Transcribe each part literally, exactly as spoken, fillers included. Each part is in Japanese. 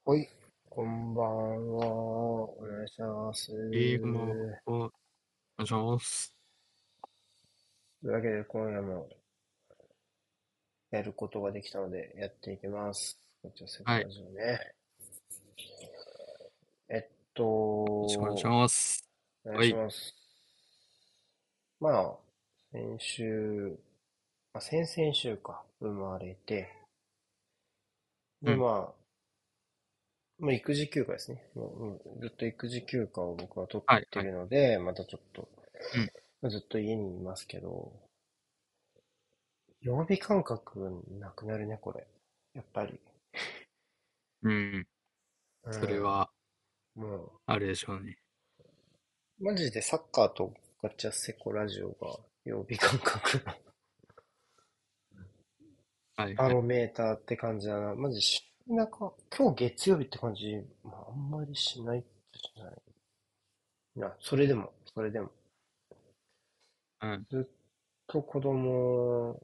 はい、こんばんは。お願いします。 英語も、 とお願いします。 いうわけで、今夜もやることができたので、やっていきます。こっちはセコはい。よラジオね。えっろしくお願いしと、 ます。 お願いはい。 します。まあ、先週、まあ、先々週か、生まれて、で、 うん。 まあ、まあ、育児休暇ですね。もう、うんずっと育児休暇を僕は取ってはいはい。 るので、またちょっと、 うん。 ずっと家にいますけど、曜日感覚なくなるね、これ。やっぱり。 うん。 うそれは、 ん。もあるでしょうね。 う、マジでサッカーとガチャセコラジオが曜日感覚のはいはい。 バロメーターって感じだな。マジし、なんか、今日月曜日って感じ、まあ、あんまりしないっちゃしない。いや、それでも、それでも。 うん。 ずっと子供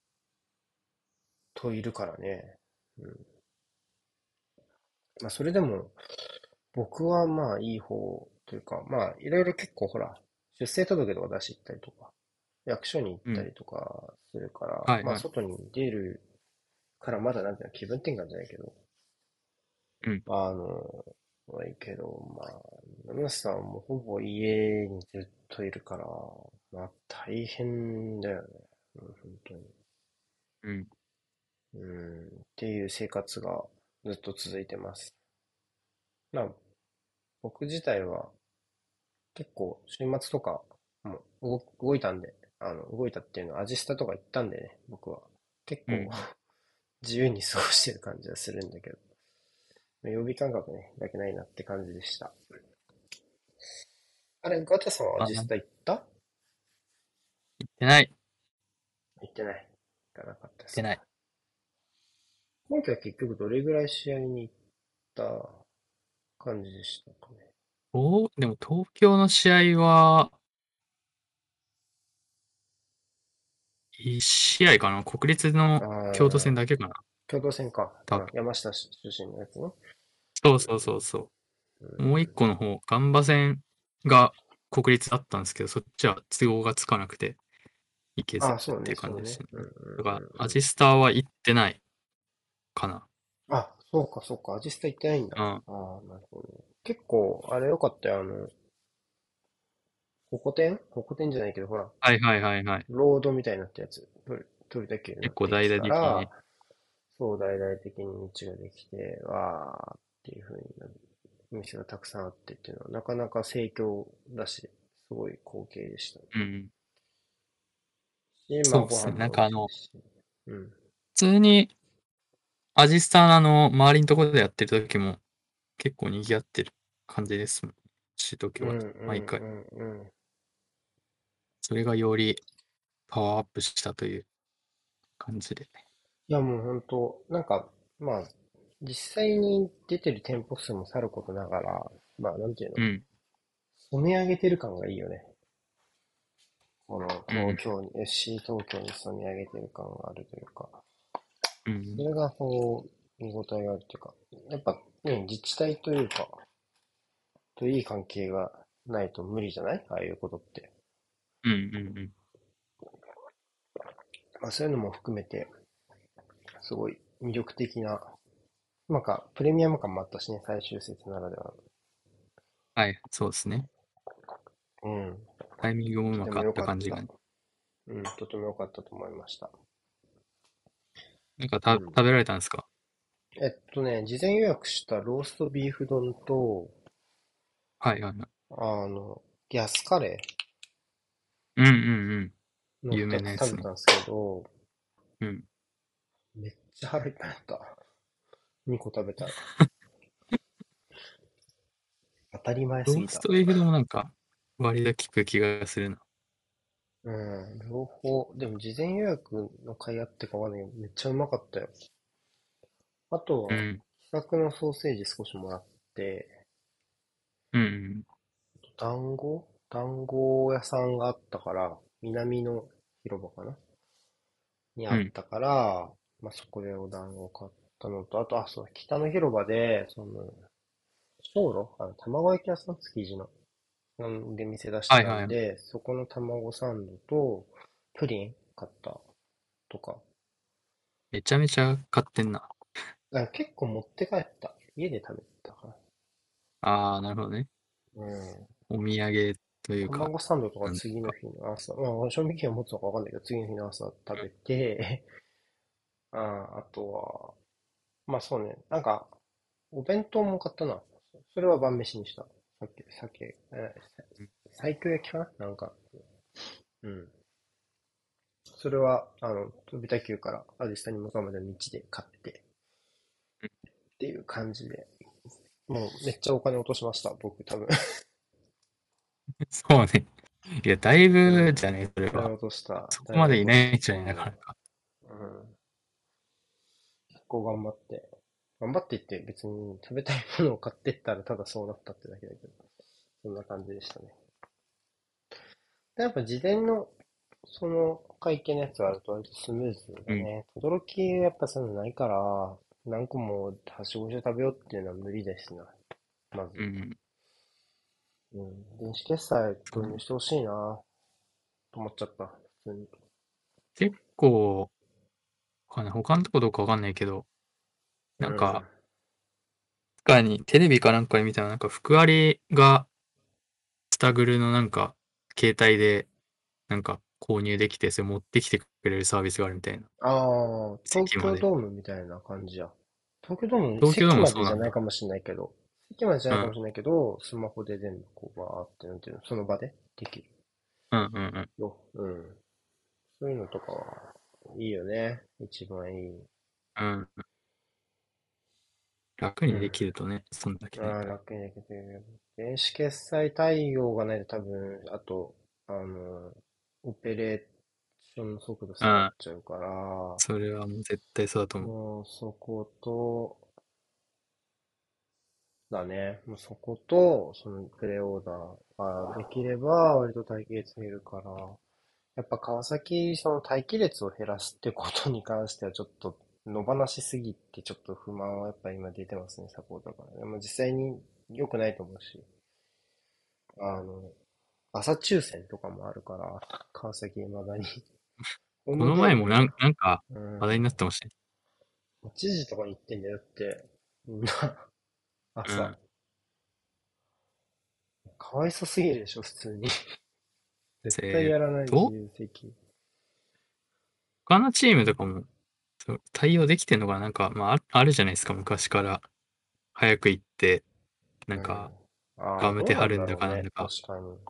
といるからね。うん。まあ、それでも、僕はまあ、いい方というか、まあ、いろいろ結構ほら、出生届とか出し行ったりとか、役所に行っうん。 たりとかするから、まあ、 はいはい。 外に出るからまだなんていうの、気分転換じゃないけど、 うん。 あの、はいいけど、まあ、ナナさんもほぼ家にずっといるから、まあ大変だよね。うん、本当に。 うん。 うん、っていう生活がずっと続いてます。まあ、僕自体は結構週末とかも動動いたんで、あの、動いたっていうのはアジスタとか行ったんでね、僕は。結構うん。 自由に過ごしてる感じはするんだけど、曜日感覚ね、だけないなって感じでした。あれ、ガチャさんはアあ、なんジスタ行った？ てない。 行ってない。行かなかったですか。 てない。 今季は結局どれぐらい試合に行った感じでしたかね。 おでも東京の試合は、いち試合かな。国立あの京都戦あ、 だけかな。 共同戦か。うん、 多分。 山下出身のやつね。 そうそうそうそう。もう一個の方、ガンバ戦が国立だったんですけど、そっちは都合がつかなくて行けずああ、そうね、 っていう感そうね。 じでしたね。 うんうんだから、 うんうん。 アジスタは行ってないかな。 あ、そうかそうか。アジスタ行ってないんだ。 うん。 ああ、なるほどね。結構、あれよかったよ。あの、ホコ天ホコ天じゃないけど、ほら、 はいはいはいはい。 ロードみたいになったやつ。鳥鳥だけになってき結構大々 たら、 的に。 そう大々的に道ができて、わーっていう風になる。お店がたくさんあってっていうのは、なかなか盛況だし、すごい光景でした。 うん。 し、まあそうですね。 ご飯も美味なんかあの、 しいし。うん。 普通にアジスタのあの、周りのところでやってる時も結構賑わってる感じですもん。し東京はうんうん毎回。 うんうん。 それがよりパワーアップしたという感じで。 いやもう本当、なんか、まあ、実際に出てる店舗数もさることながら、まあなんていうの、 うん。 染め上げてる感がいいよね。このうん。 東京に、エフシー 東京に染め上げてる感があるというか、 うん。 それがこう、見応えがあるというか、やっぱね、自治体というか、といい関係がないと無理じゃないああいうことって。 うん。うん。 まあそういうのも含めて、すごい魅力的な、なんかプレミアム感もあったしね、最終節ならでははい。そうですね。 の。うん。 タイミングもうとてもまくあっ良かった。 た感じがね。 うん、とても良かったと思いました。 なんかた、 うん。 食べられたんですか？ えっとね、事前予約したローストビーフ丼と、 はいはいはい。 あの、ギャスカレうんうんうん。 ーの有二つ名なやつね。 食べたんですけど、 うん。 めっちゃ腹いっぱいだった。にこ食べたら。当たり前すぎた。 ローストビーフでもなんか割が効く気がするな。 うん、両方、でも事前予約の甲斐あってかわかんないけど、めっちゃうまかったよ。あとは、 うん。 自作のソーセージ少しもらって、 うん。 団子団子屋さんがあったから、南の広場かなにあうん。 ったから、まあ、そこでお団子買ったのと、あと、あ、そう、北の広場で、その、小炉あの、卵焼き屋さん、築地の。なんで店出してはいはい。 たんで、そこの卵サンドと、プリン買ったとか。 めちゃめちゃ買ってんな。 あ結構持って帰った。家で食べてたから。 ああ、なるほどね。 うん。 お土産というか、 卵サンドとかなんか、 次の日の朝、まあ、賞味期限持つのかわかんないけど、次の日の朝食べて、あ、あとは、まあそうね、なんか、お弁当も買ったな。それは晩飯にした。さっき、酒、えー、 うん。 西京焼きかななんか、うん。それは、あの、飛び田急からアジスタに向かうまでの道で買ってっていう感じで、もうめっちゃお金落としました、僕多分。 そうね。いや、だいうん。 ぶじゃね、それは。 だいぶ落とした。 そこまでいだいぶ落とないんじゃないなしたと思かなか。 う。うん。結構頑張って。頑張っていって別に食べたいものを買ってったらただそうなったってだけだけど、そんな感じでしたね。でやっぱ事前のその会計のやつがあると割とスムーズうん。 だね。轟きやっぱそういうのないから、何個もはしごして食べようっていうのは無理ですな。まず。 うん。 うん。電子決済そうね。 導入してほしいなと思っちゃった。普通に。 結構、わかんない。他のとこどうかわかんないけど、 うん。 なんか、かに、テレビかなんかで見たら、なんか、福割が、スタグルのなんか、携帯で、なんか、購入できて、それ持ってきてくれるサービスがあるみたいな。 ああ、東席まで。 京ドームみたいな感じや。東京ドーム、 東京ドームも席までじゃそうなんだ。 ないかもしれないけど、席までじゃうん。 ないかもしれないけど、スマホで全部こうバーってなんていうの、その場でできるうんうんうん。 よ。うん。そういうのとかはいいよね。一番いい。 うん。楽にでうん。 きるとね、そんだけね。 ああ、楽にできてる。電子決済対応がないと多分、あと、あの、オペレーションの速度下がっうん。 ちゃうから、 それはもう絶対そうだと思う。 もうそこと、だね。もうそこと、そのプレオーダーができれば、割と待機列減るから、やっぱ川崎、その待機列を減らすってことに関してはちょっと野放しすぎてちょっと不満はやっぱ今出てますね、サポートから。でも実際に良くないと思うし、あの、朝抽選とかもあるから、川崎未だに。ホーこムの前もなん、 ゲーム、 なんか、 う話題になってん、 ましたね。 はちじとかに行ってんだよって、みんな朝。 うん。 かわいそすぎるでしょ、普通に。絶対せやらない自ど由席。 他のチームとかも、そう対応できてんのかななんか、まあ、ああるじゃないですか、昔から。早く行って、なうん。 んか、 ああ、 ガムどうなんテ貼るんだだろうね。 かなんだか。 確かに。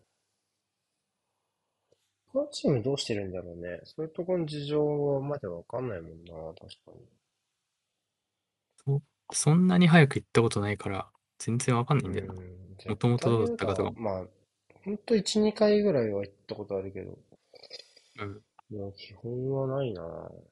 このチームどうしてるんだろうね。そういうところの事情までわかんないもんな。確かに。 そそんなに早く行ったことないから、全然わかんないうんだよな。 ん。絶もともとどうだっ対言うた。 たかとかも。 まあ、ほんといち、にかいぐらいは行ったことあるけど、 うん。 もう基本はないな。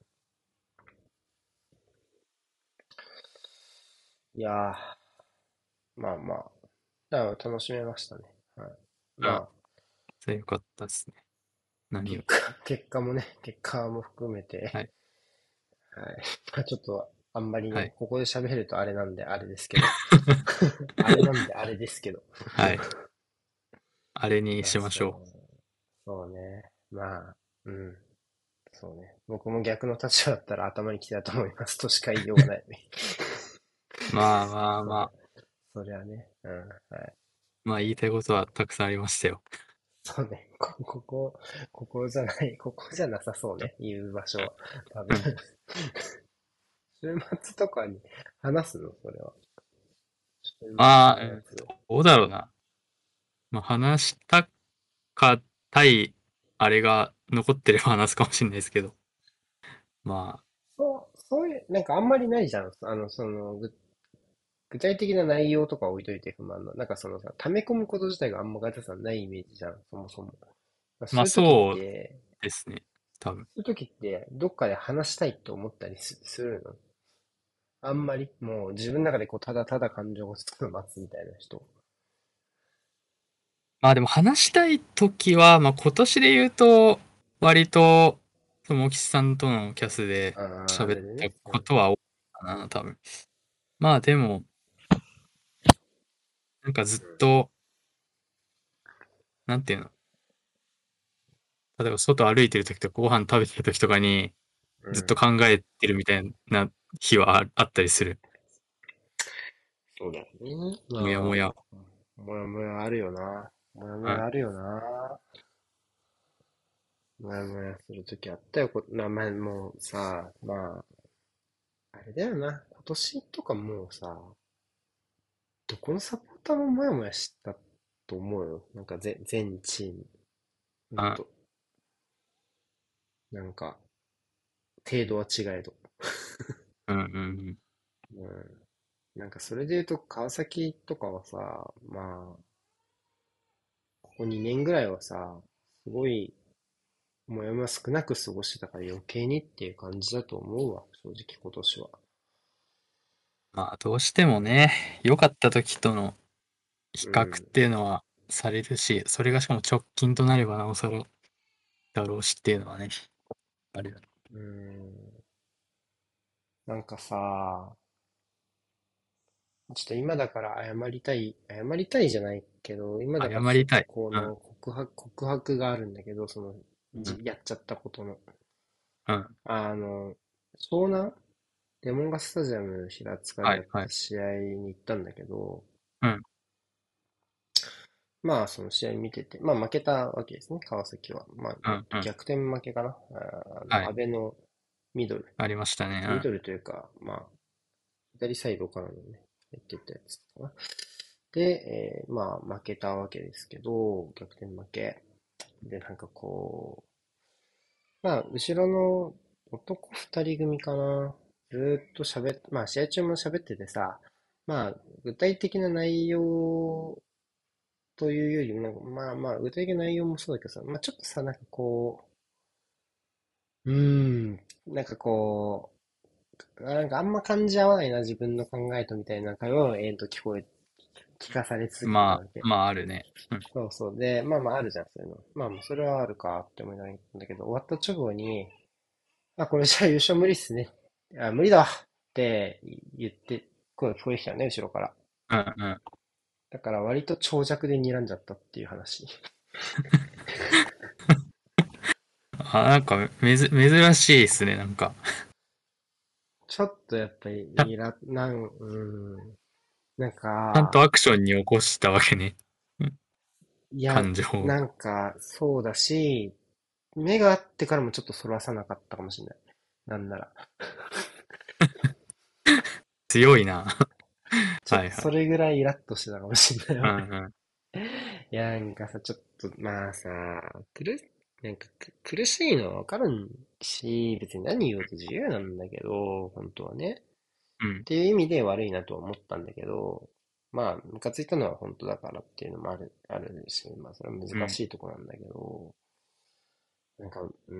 いやー、まあまあ。だから楽しめましたね。はい。 うん。 まあ、 それよかったですね。何より。 結果、結果もね、結果も含めて、 はい。 はい。まあちょっと、あんまりね、 はい。 ここで喋るとあれなんであれですけど。あれなんであれですけど。 はい。あれにまあしましょそう、そうね。まあ、うん。そうね。僕も逆の立場だったら頭にきてたと思いますとしか言いようがないね。 う。まあまあそりゃ、 まあ。 そりゃね。うん。はい。 まあ言いたいことはたくさんありましたよ。 そうね。こ、ここ、ここじゃない、ここじゃなさそうね。言う場所は。多分。 うん。 週末とかに話すのそれは。週末まあ、うん、 のやつ。 どうだろうな。まあ話したかたい、あれが残ってれば話すかもしれないですけど。まあ、 そう、そういう、なんかあんまりないじゃん。あの、その、ぐ具体的な内容とか置いといて不満の。なんかそのさ、溜め込むこと自体があんまガチャさんないイメージじゃん。そもそも。まあまあそういう時っそうて、 ですね。多分。 そういう時って、どっかで話したいって思ったりす、するのあんまりもう自分の中でこう、ただただ感情をつくの待つみたいな人。 まあでも話したいときは、まあ今年で言うと、割と、その、茂吉さんとのキャスでああ、あ喋ったれでね。うん。 ことは多いかかな、多分。まあでも、なんかずっと、なんていうの、例えば外歩いてる時とかご飯食べてる時とかに、ずっとうん。 考えてるみたいな日はああったりする。 そうだよね。 もやもや。 まあ、もやもやあるよな。もやもうん。 やあるよな。もやもやするときあったよ。こまあ、まあ、もうさ、まあ、あれだよな。今年とかもうさ、どこのサポーターももやもやしたと思うよ。なんか全、全チーム。ほんあ、 と。なんか、程度は違えど。 うんうんうん。なんかそれで言うと、川崎とかはさ、まあ、ここにねんぐらいはさ、すごい、もやもや少なく過ごしてたから余計にっていう感じだと思うわ、正直今年は。 まあ、どうしてもね、良かった時との比較っうん。 ていうのはされるし、それがしかも直近となればなおさらだろうしっていうのはね、あるよね。 うん。なんかさ、ちょっと今だから謝りたい、謝りたいじゃないけど、今だからちょっと謝りたい。うん、 この告白、告白があるんだけど、その、 うん、 じやっちゃったことの。 うん。 あの、湘南レモンガスタジアム平塚ではい、はい。 やった試合に行ったんだけど、 うん、 まあその試合見てて、まあ負けたわけですね、川崎は。まあ、 うん、うん。 えっと逆転負けかな。ああの、 はい。 安倍のミドル。 ありましたね。うん。 ミドルというか、まあ、左サイドからのね、入ってったやつかな。で、えーまあ負けたわけですけど、逆転負け。で、なんかこう、まあ後ろの男二人組かな。ずーっと喋っ、まあ試合中も喋っててさ、まあ具体的な内容というよりも、なんかまあまあ具体的な内容もそうだけどさ、まあちょっとさ、なんかこう、うーん、なんかこう、なんかあんま感じ合わないな、自分の考えとみたいな会話を延々と聞こえ、聞かされ続けてたまあ、 わけ。 まああるね。うん。 そうそう。で、まあまああるじゃん、そういうの。まあまあそれはあるかって思いながら言ったんだけど、終わった直後に、あ、これじゃあ優勝無理っすね。あ、無理だわって言って、声が聞こえてきたよね、後ろから。 うん、うん。 だから割と長尺で睨んじゃったっていう話。 あ、なんか、めず、珍しいですね、なんか。 ちょっとやっぱり、 ちゃん、 いら、なん、うん。なんちゃんとか、 アクションに起こしたわけね。うん。 いや、 感情を。 なんか、そうだし、目があってからもちょっとそらさなかったかもしれない。なんなら。 強いな。 ちょっとはいはい。 それぐらいイラッとしてたかもしれない、俺。 うんうん。 いや、なんかさ、ちょっと、まあさ、苦、なんかく苦しいのはわかるし、別に何言おうと自由なんだけど、本当はね。 うん。 っていう意味で悪いなとは思ったんだけど、まあ、ムカついたのは本当だからっていうのもある、あるし、まあ、それは難うん。 しいとこなんだけど、なんか、うん、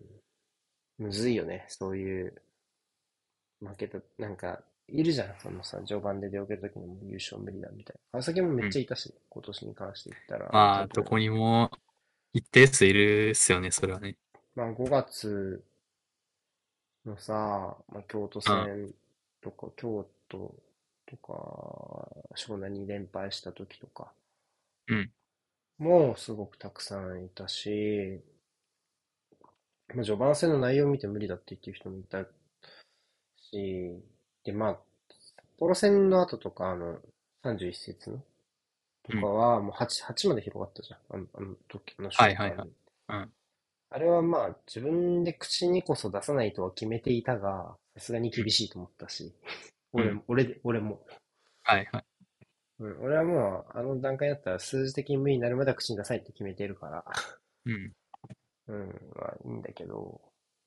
むずいよね。そういう負けた、なんか、いるじゃん。そのさ、序盤で出遅れた時にもう優勝無理だみたいな。川崎もめうん。 っちゃいたし、今年に関して言ったら、 まあ、 多分、 どこにも一定数いるっすよね、それはね。 まあごがつのさ、まあ、京都うん。 戦とか、京都とか、湘南に連敗した時とかうん。 もすごくたくさんいたし、まあ、序盤戦の内容を見て無理だって言ってる人もいたし、で、まあ、札幌戦の後とか、あの、さんじゅういっ節のとうん。 かは、もうはち、はちまで広がったじゃん。あの、あの時のはいはいはい。 瞬間に。 うん。 あれはまあ、自分で口にこそ出さないとは決めていたが、さすがにうん。 厳しいと思ったし、俺も、 うん。 俺で、俺も。 はいはい。 うん、俺はもう、あの段階だったら数字的に無理になるまでは口に出さないって決めてるから、 うん。 うん、まあいいんだけど、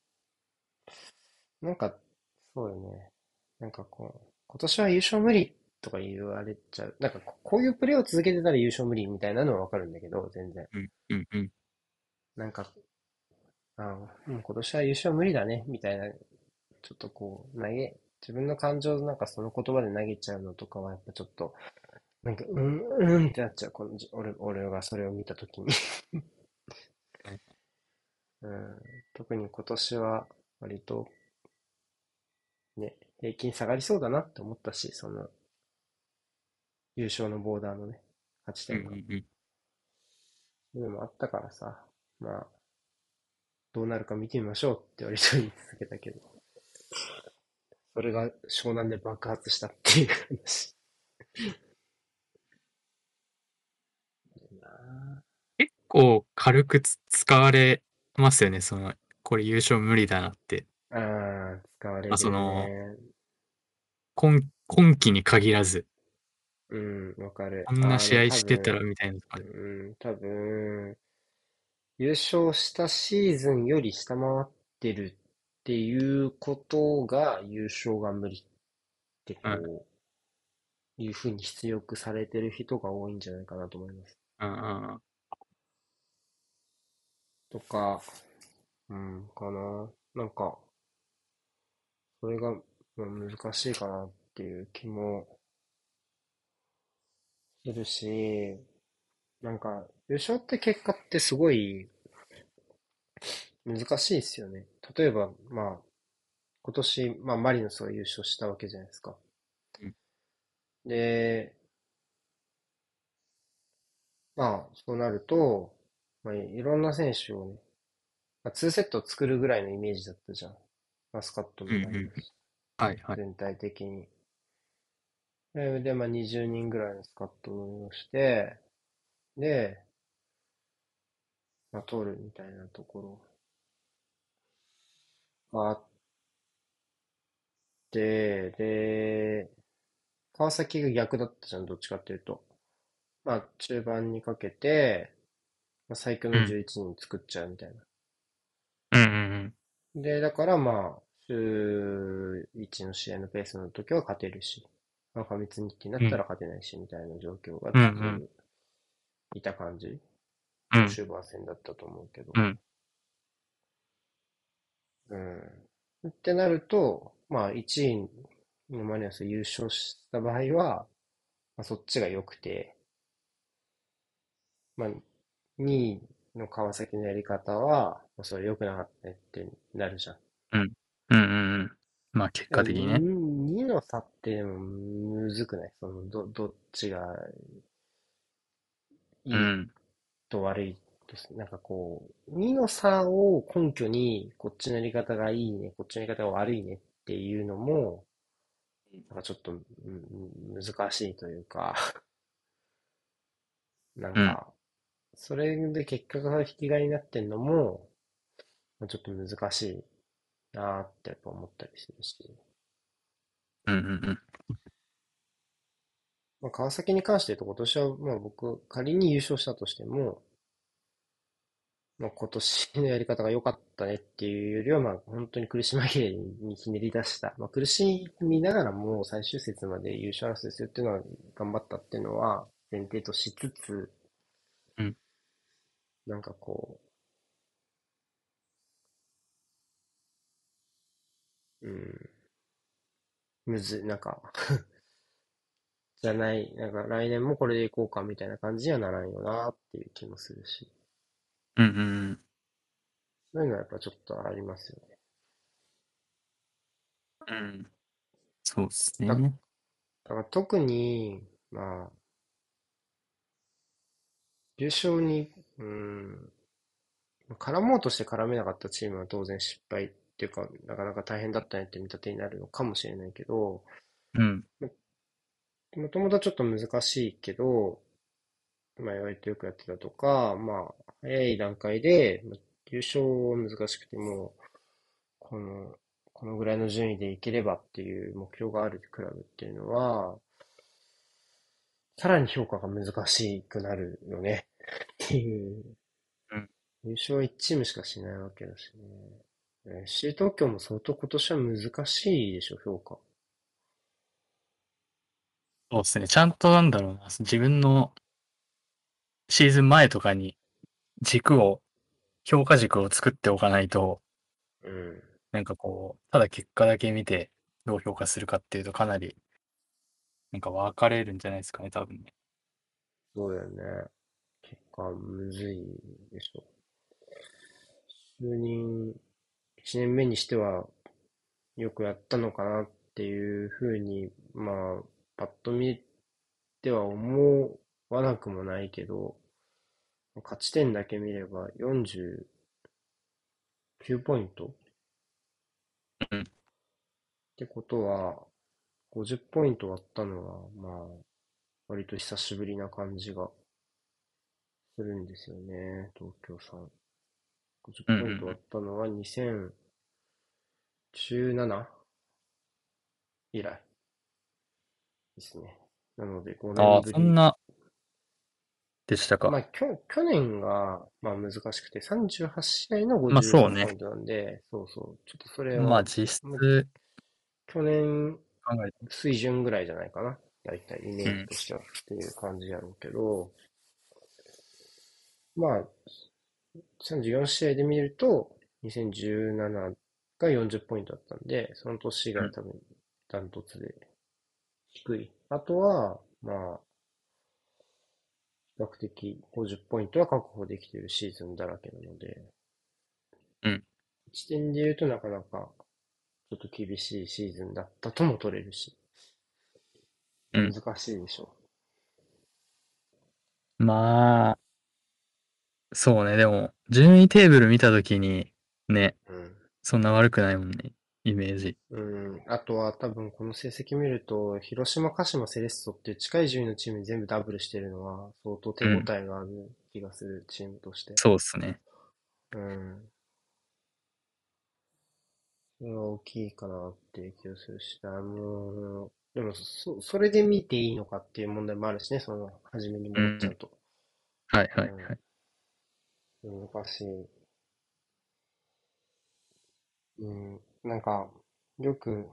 なんか、そうよね。なんかこう、今年は優勝無理とか言われちゃう。なんかここういうプレーを続けてたら優勝無理みたいなのはわかるんだけど、全然。 うん。うん。うん。 なんか、あの、うん、今年は優勝無理だね、みたいな、ちょっとこう、投げ、自分の感情をなんかその言葉で投げちゃうのとかはやっぱちょっと、なんか、うん、うんってなっちゃう。このじ俺、俺がそれを見たときに。 はい。 うん、特に今年は割とね、 平均下がりそうだなって思ったし、その優勝のボーダーのね、勝ちうんう点が。 んうん。 そういうのもあったからさ、まあ、どうなるか見てみましょうって言われて言い続けたけど、それが湘南で爆発したっていう話。な結構軽くつ使われますよね。その、これ優勝無理だなって。 ああー、使われまあ、そるの、 ね。 今、今期に限らず、 うん、わかる。 こんなあの、 試合多分、 してたらみたいなのとかうで。 ん、多分、優勝したシーズンより下回ってるっていうことが優勝が無理ってうん。 こう、いうふうに出力されてる人が多いんじゃないかなと思います。 うんうんうん。 とか、うん、かな。なんか、それがまあ難しいかなっていう気もするし、なんか、優勝って結果ってすごい難しいですよね。例えば、まあ、今年、まあ、マリノスが優勝したわけじゃないですか。 うん。 で、まあ、そうなると、まあ、いろんな選手をね、まあ、ツーセットを作るぐらいのイメージだったじゃん。マスカットもうんうん。 マリノス。 はいはい。 全体的に。で、でまあ、にじゅうにんぐらいのスカットをして、で、まあ、取るみたいなところがあって、で、川崎が逆だったじゃん、どっちかっていうと。まあ、中盤にかけて、まあ、最強のうん。 じゅういちにん作っちゃうみたいな。 うんうんで、だからまあ、週いちの試合のペースの時は勝てるし、まあ、過密日程になうん。うん。 ったら勝てないし、みたいな状況がうんうずっん。 といた感じのうん。 終盤戦だったと思うけど。 うん。 うん。ってなると、まあ、いちいのマリノス優勝した場合は、まあ、そっちが良くて、まあ、にいの川崎のやり方は、まあ、それ良くなかったねってなるじゃん。 うん。うんうんうん。まあ結だから果的にね。 にの差ってでもむずくないその、ど、どっちがいいうん。 と悪いと、なんかこう、にの差を根拠に、こっちのやり方がいいね、こっちのやり方が悪いねっていうのも、なんかちょっと、うん、難しいというか、なんうん。 か、それで結果が引き換えになってんのも、まあちょっと難しいなーってやっぱ思ったりするし、 うんうんうん。 まあ、川崎に関して言うと今年はまあ僕仮に優勝したとしても、まあ、今年のやり方が良かったねっていうよりは、まあ、本当に苦し紛れにひねり出した。まあ、苦しみながらも最終節まで優勝争いするっていうのは頑張ったっていうのは前提としつつ、 うん。 なんかこう、うん、むずい、なんかじゃない、なんか来年もこれでいこうかみたいな感じにはならんよなっていう気もするし、 うんうんうん。 そういうのはやっぱちょっとありますよね。 うん。そうですだ、だね。 から特に、まあ、優勝に、うん、絡もうとして絡めなかったチームは当然失敗っていうか、なかなか大変だったねって見立てになるのかもしれないけど、 うん。 もともとちょっと難しいけど、まあ割とよくやってたとか、まあ早い段階で、まあ優勝は難しくても、この、このぐらいの順位でいければっていう目標があるクラブっていうのは、さらに評価が難しくなるよねっていう。 うん。 優勝はいちチームしかしないわけだしね。えー C 東京も相当今年は難しいでしょ、評価。 そうですね。ちゃんとなんだろうな。自分のシーズン前とかに軸を、評価軸を作っておかないと、 うん。 なんかこう、ただ結果だけ見てどう評価するかっていうとかなり、なんか分かれるんじゃないですかね、多分ね。 そうだよね。結果むずいでしょ。就任いちねんめにしてはよくやったのかなっっていうふうに、まあ、パッと見ては思わなくもないけど、勝ち点だけ見ればよんじゅうきゅうポイントっうん。 てことは、ごじゅうポイント割ったのは、まあ、割と久しぶりな感じがするんですよね、東京さん。50 うん。うポイント割ん。 ったのはにせんじゅうなな以来ですね。なので5 ああ、 年ぶり。 そんなでしたか。 まあ、きょ、去年が、まあ難しくてさんじゅうはち試合のまあそう 53ポインね。 トなんで、そうそう。ちょっとそれまあは、 実まあ質去年考えて。 水準ぐらいじゃないかな。だいたいイメうん。 ージとしてはっていう感じやろうけど、まあ、さんじゅうよん試合で見ると、にせんじゅうなながよんじゅうポイントだったんで、その年うん。 が多分ダントツで低い。あとは、まあ、比較的ごじゅうポイントは確保できているシーズンだらけなので、 うん。 地点で言うとなかなかちょっと厳しいシーズンだったとも取れるし、 うん。 難しいでしょまあ、そうね。でも、順位テーブル見たときに、ね、 う。うん。 そんな悪くないもんね。イメージ。 うん。あとは多分この成績見ると、広島、鹿島、セレッソっていう近い順位のチームに全部ダブルしてるのは相当手応うん。 えがある気がするチームとして。 そうっすね。 うん。それは大きいかなっていう気がするし、あの、でもそ、それで見ていいのかっていう問題もあるしね、その、初めにうん。 戻っちゃうと。 はいうん。 はいはい。 難しい。うん。なんか、よく、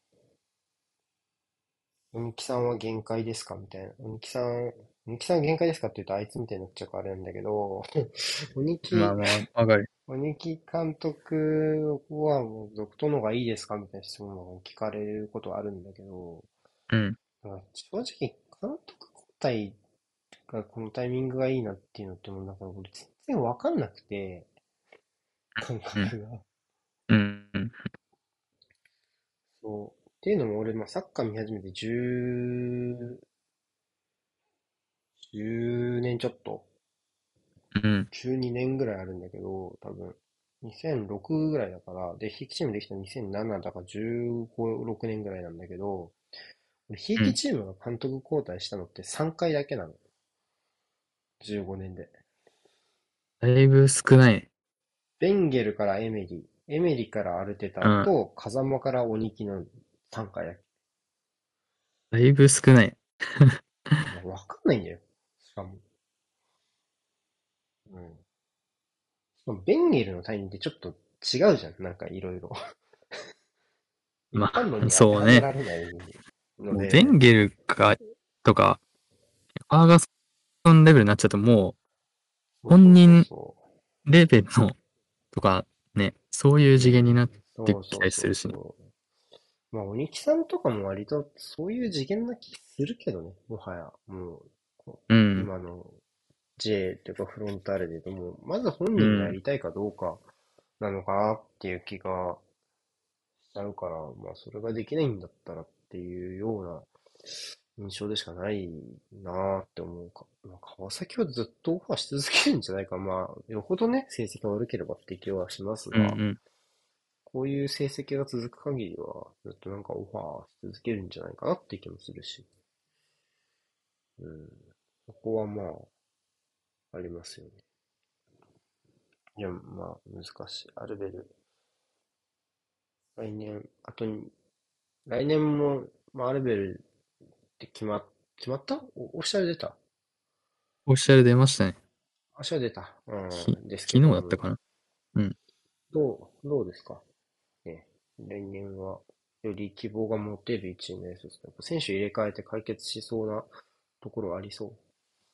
鬼木さんは限界ですかみたいな。鬼木さん、鬼木さん限界ですかって言うとあいつみたいになっちゃうからあれなんだけど、鬼木、 まあまあ、わかる。 鬼木監督はもう続投の方がいいですかみたいな質問を聞かれることはあるんだけど、 うん。 なんか正直監督交代がこのタイミングがいいなっていうのってもうなんか俺全然わかんなくて、感うん。 覚が。 うん。うん。 そう。っていうのも俺、まあ、サッカー見始めてじゅう、じゅうねんちょっとうん。 じゅうにねんぐらいあるんだけど、多分、にせんろくぐらいだから、で、ひいきチームできたのにせんななだからじゅうご、ろくねんぐらいなんだけど、俺ひいきうん。 チームが監督交代したのってさんかいだけなの。じゅうごねんで。 だいぶ少ないね。 ベンゲルからエメリ、エメリからアルテタうん。 と、風間から鬼木のさんかいだけ。 だいぶ少ない。 もうわかんないんだよ。しかも。うん。しかもベンゲルのタイミングってちょっと違うじゃん。なんかいろいろ。一まあ、 般論に当てそうね。 はめられないのもう、ベで、 ンゲルか、とか、ファーガソンレベルになっちゃうと、もう、 そうそうそう本人そレベルの、とか、ね、そういうう。うん。 次元になってきたそうそうりするしね。 そうそう。まあ、鬼木さんとかも割とそういう次元な気するけどね。もはや。もう、こううん。 今の J というかフロンターレで言うともう、まず本人がやうん。 りたいかどうかなのかなっていう気がしちゃうから、まあ、それができないんだったらっていうような印象でしかないなーって思うか。まあ、川崎はずっとオファーし続けるんじゃないか。まあ、よほどね、成績が悪ければって気はしますが、 うん。 こういう成績が続く限りは、ずっとなんかオファーし続けるんじゃないかなって気もするし。うん。そこはまあ、ありますよね。いや、まあ、難しい。アルベル。来年、あとに、来年も、まあ、アルベルって決ま、決まったお、オフィシャル出た？ オフィシャル出ましたね。 オフィシャル出た。 き、 うん、ですけ昨日ど、 だったかな。うん。 どう、どうですかね。来年は、より希望が持てる一位になりそうですね。選手入れ替えて解決しそうなところありそ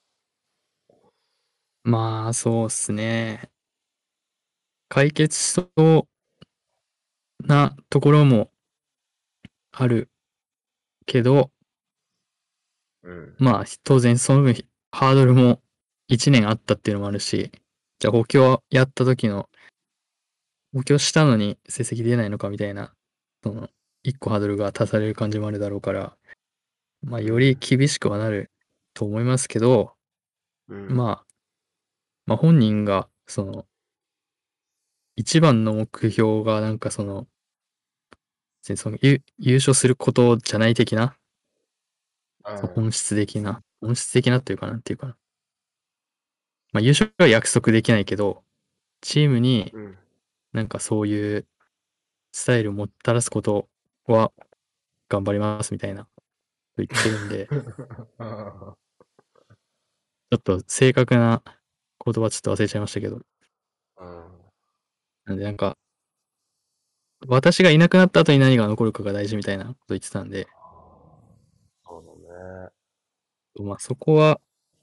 まあ、そうっすね。解決しそうなところもあるけど、 う。うん。 まあ、当然その分、ハードルもいちねんあったっていうのもあるし、じゃあ補強やった時の、補強したのに成績出ないのかみたいな、その、 一個ハードルが足される感じもあるだろうから、まあ、よりうん。 厳しくはなると思いますけど、 うん。 まあ、まあ本人が、その、一番の目標がなんかその、別にその優優勝することじゃない的な、 うん。 その本質的な、本質的なっていうかなんていうかな。まあ優勝は約束できないけど、チームにうん。 なんかそういうスタイルをもたらすことは頑張りますみたいな、と言ってるんで、 あちょっと正確な言葉ちょっと忘れちゃいましたけど、 あ、うん。 なんでなんか、私がいなくなった後に何が残るかが大事みたいなこと言ってたんで、 そうだね。 まあそこは、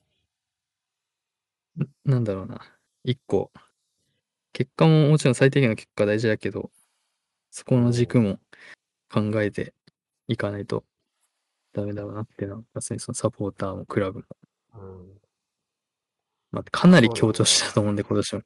なんだろうな。一個、結果ももちろん最低限の結果大事だけど、そこのうん。 軸も考えていかないとダメだろうなっていうのは、まさにそのサポーターもクラブも、 うん。 まあ、かまあなりそうだよね。 強調したと思うんで、今年も。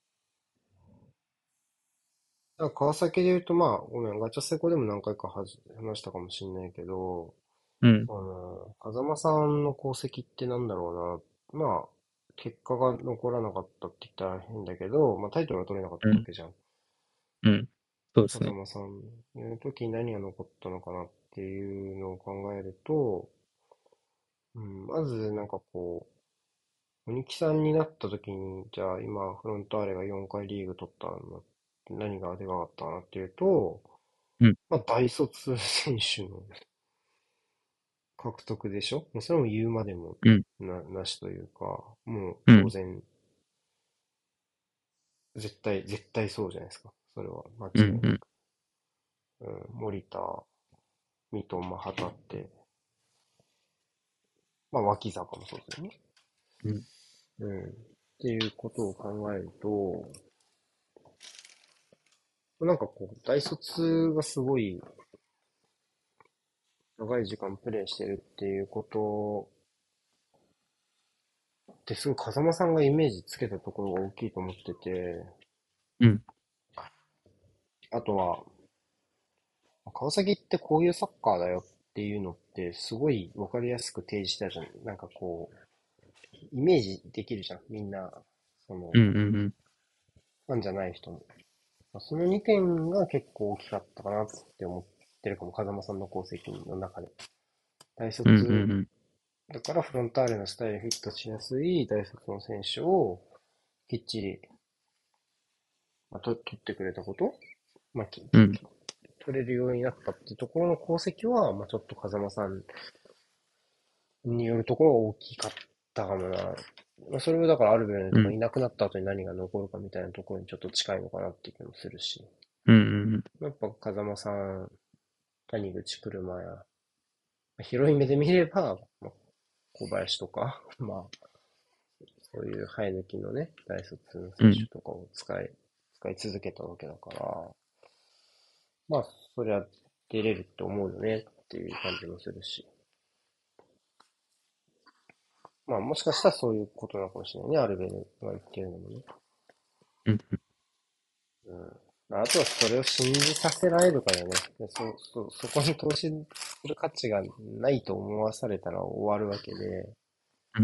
だから川崎で言うと、まあ、ごめん、ガチャセコでも何回かはじ話したかもしれないけど、 うん、 あの、風間さんの功績ってなんだろうな。まあ、結果が残らなかったって言ったら変だけど、まあタイトルは取れなかっうん、 たわけじゃん。 うん。そうですね。 風間さんの時に何が残ったのかなっていうのを考えると、うん、まずなんかこう、鬼木さんになった時に、じゃあ今フロンターレがよんかいリーグ取ったの何がでかかったかなっていうと、 うん、 まあ大卒選手の獲得でしょ。もうそれも言うまでもうん、 な、なしというか、もううん、 当然、絶対、絶対そうじゃないですか。それは間うん、うん、 違いなく。うん、森田、三笘、旗って、まあ脇坂もそうですよね。 うん、 うん。っていうことを考えると、なんかこう、大卒がすごい長い時間プレイしてるっていうことってすごい風間さんがイメージつけたところが大きいと思ってて、 うん、 あとは、川崎ってこういうサッカーだよっていうのってすごいわかりやすく提示したじゃん。なんかこう、イメージできるじゃん。みんな、その、 うん、うん、 ファンじゃない人も。まあそのにてんが結構大きかったかなって思ってるかも。風間さんの功績の中で。大うん、う卒、 ん、 だからフロンターレのスタイルフィットしやすい大卒の選手をきっちり、まあ、と取ってくれたこと、まあ、きうん、 取れるようになったっていうところの功績は、まあ、ちょっと風間さんによるところが大きかったかもな。まあ、それもだからアルベルとかいなくなった後に何が残るかみたいなところにちょっと近いのかなっていう気もするし。 うん、 やっぱ風間さん、谷口車や、広い目で見れば、まあ、小林とか、まあ、そういう生え抜きのね、大卒の選手うん、 とかを使い、使い続けたわけだから、まあ、そりゃ出れるって思うよねっていう感じもするし。まあ、もしかしたらそういうことなのかもしれないね、アルベルが言ってるのもね。 うん、 うん。あとはそれを信じさせられるかだよね。でそ、そ、そこに投資する価値がないと思わされたら終わるわけで、 うん、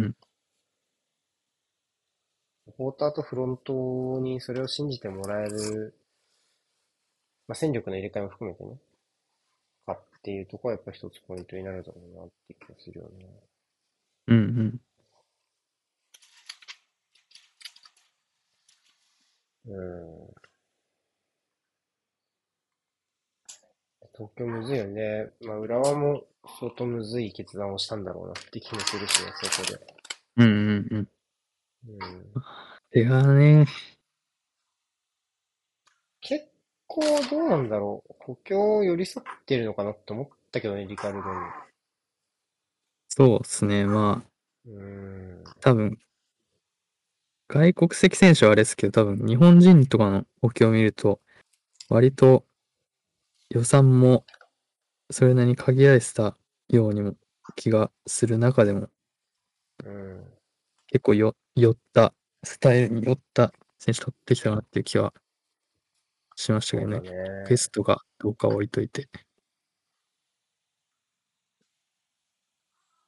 サポーターとフロントにそれを信じてもらえる、まあ、戦力の入れ替えも含めてね、かっていうところはやっぱ一つポイントになるだろうなって気がするよね。 うん、 うん。東京むずいよね。まあ、浦和も相当むずい決断をしたんだろうなって気もするしね、そこで。 うん、うん。 うん。 いやね、 結構どうなんだろう。補強寄り添ってるのかなって思ったけどね、リカルドに。 そうですね。まあ、 うーん。 多分、外国籍選手はあれですけど、多分、日本人とかの補強を見ると、割と予算もそれなりに限られてたようにも気がする中でも、 うん。 結構よ、寄った、スタイルに寄った選手取ってきたかなっていう気はしましたけどね。 そうだね。 ベストがどうかは置いといて。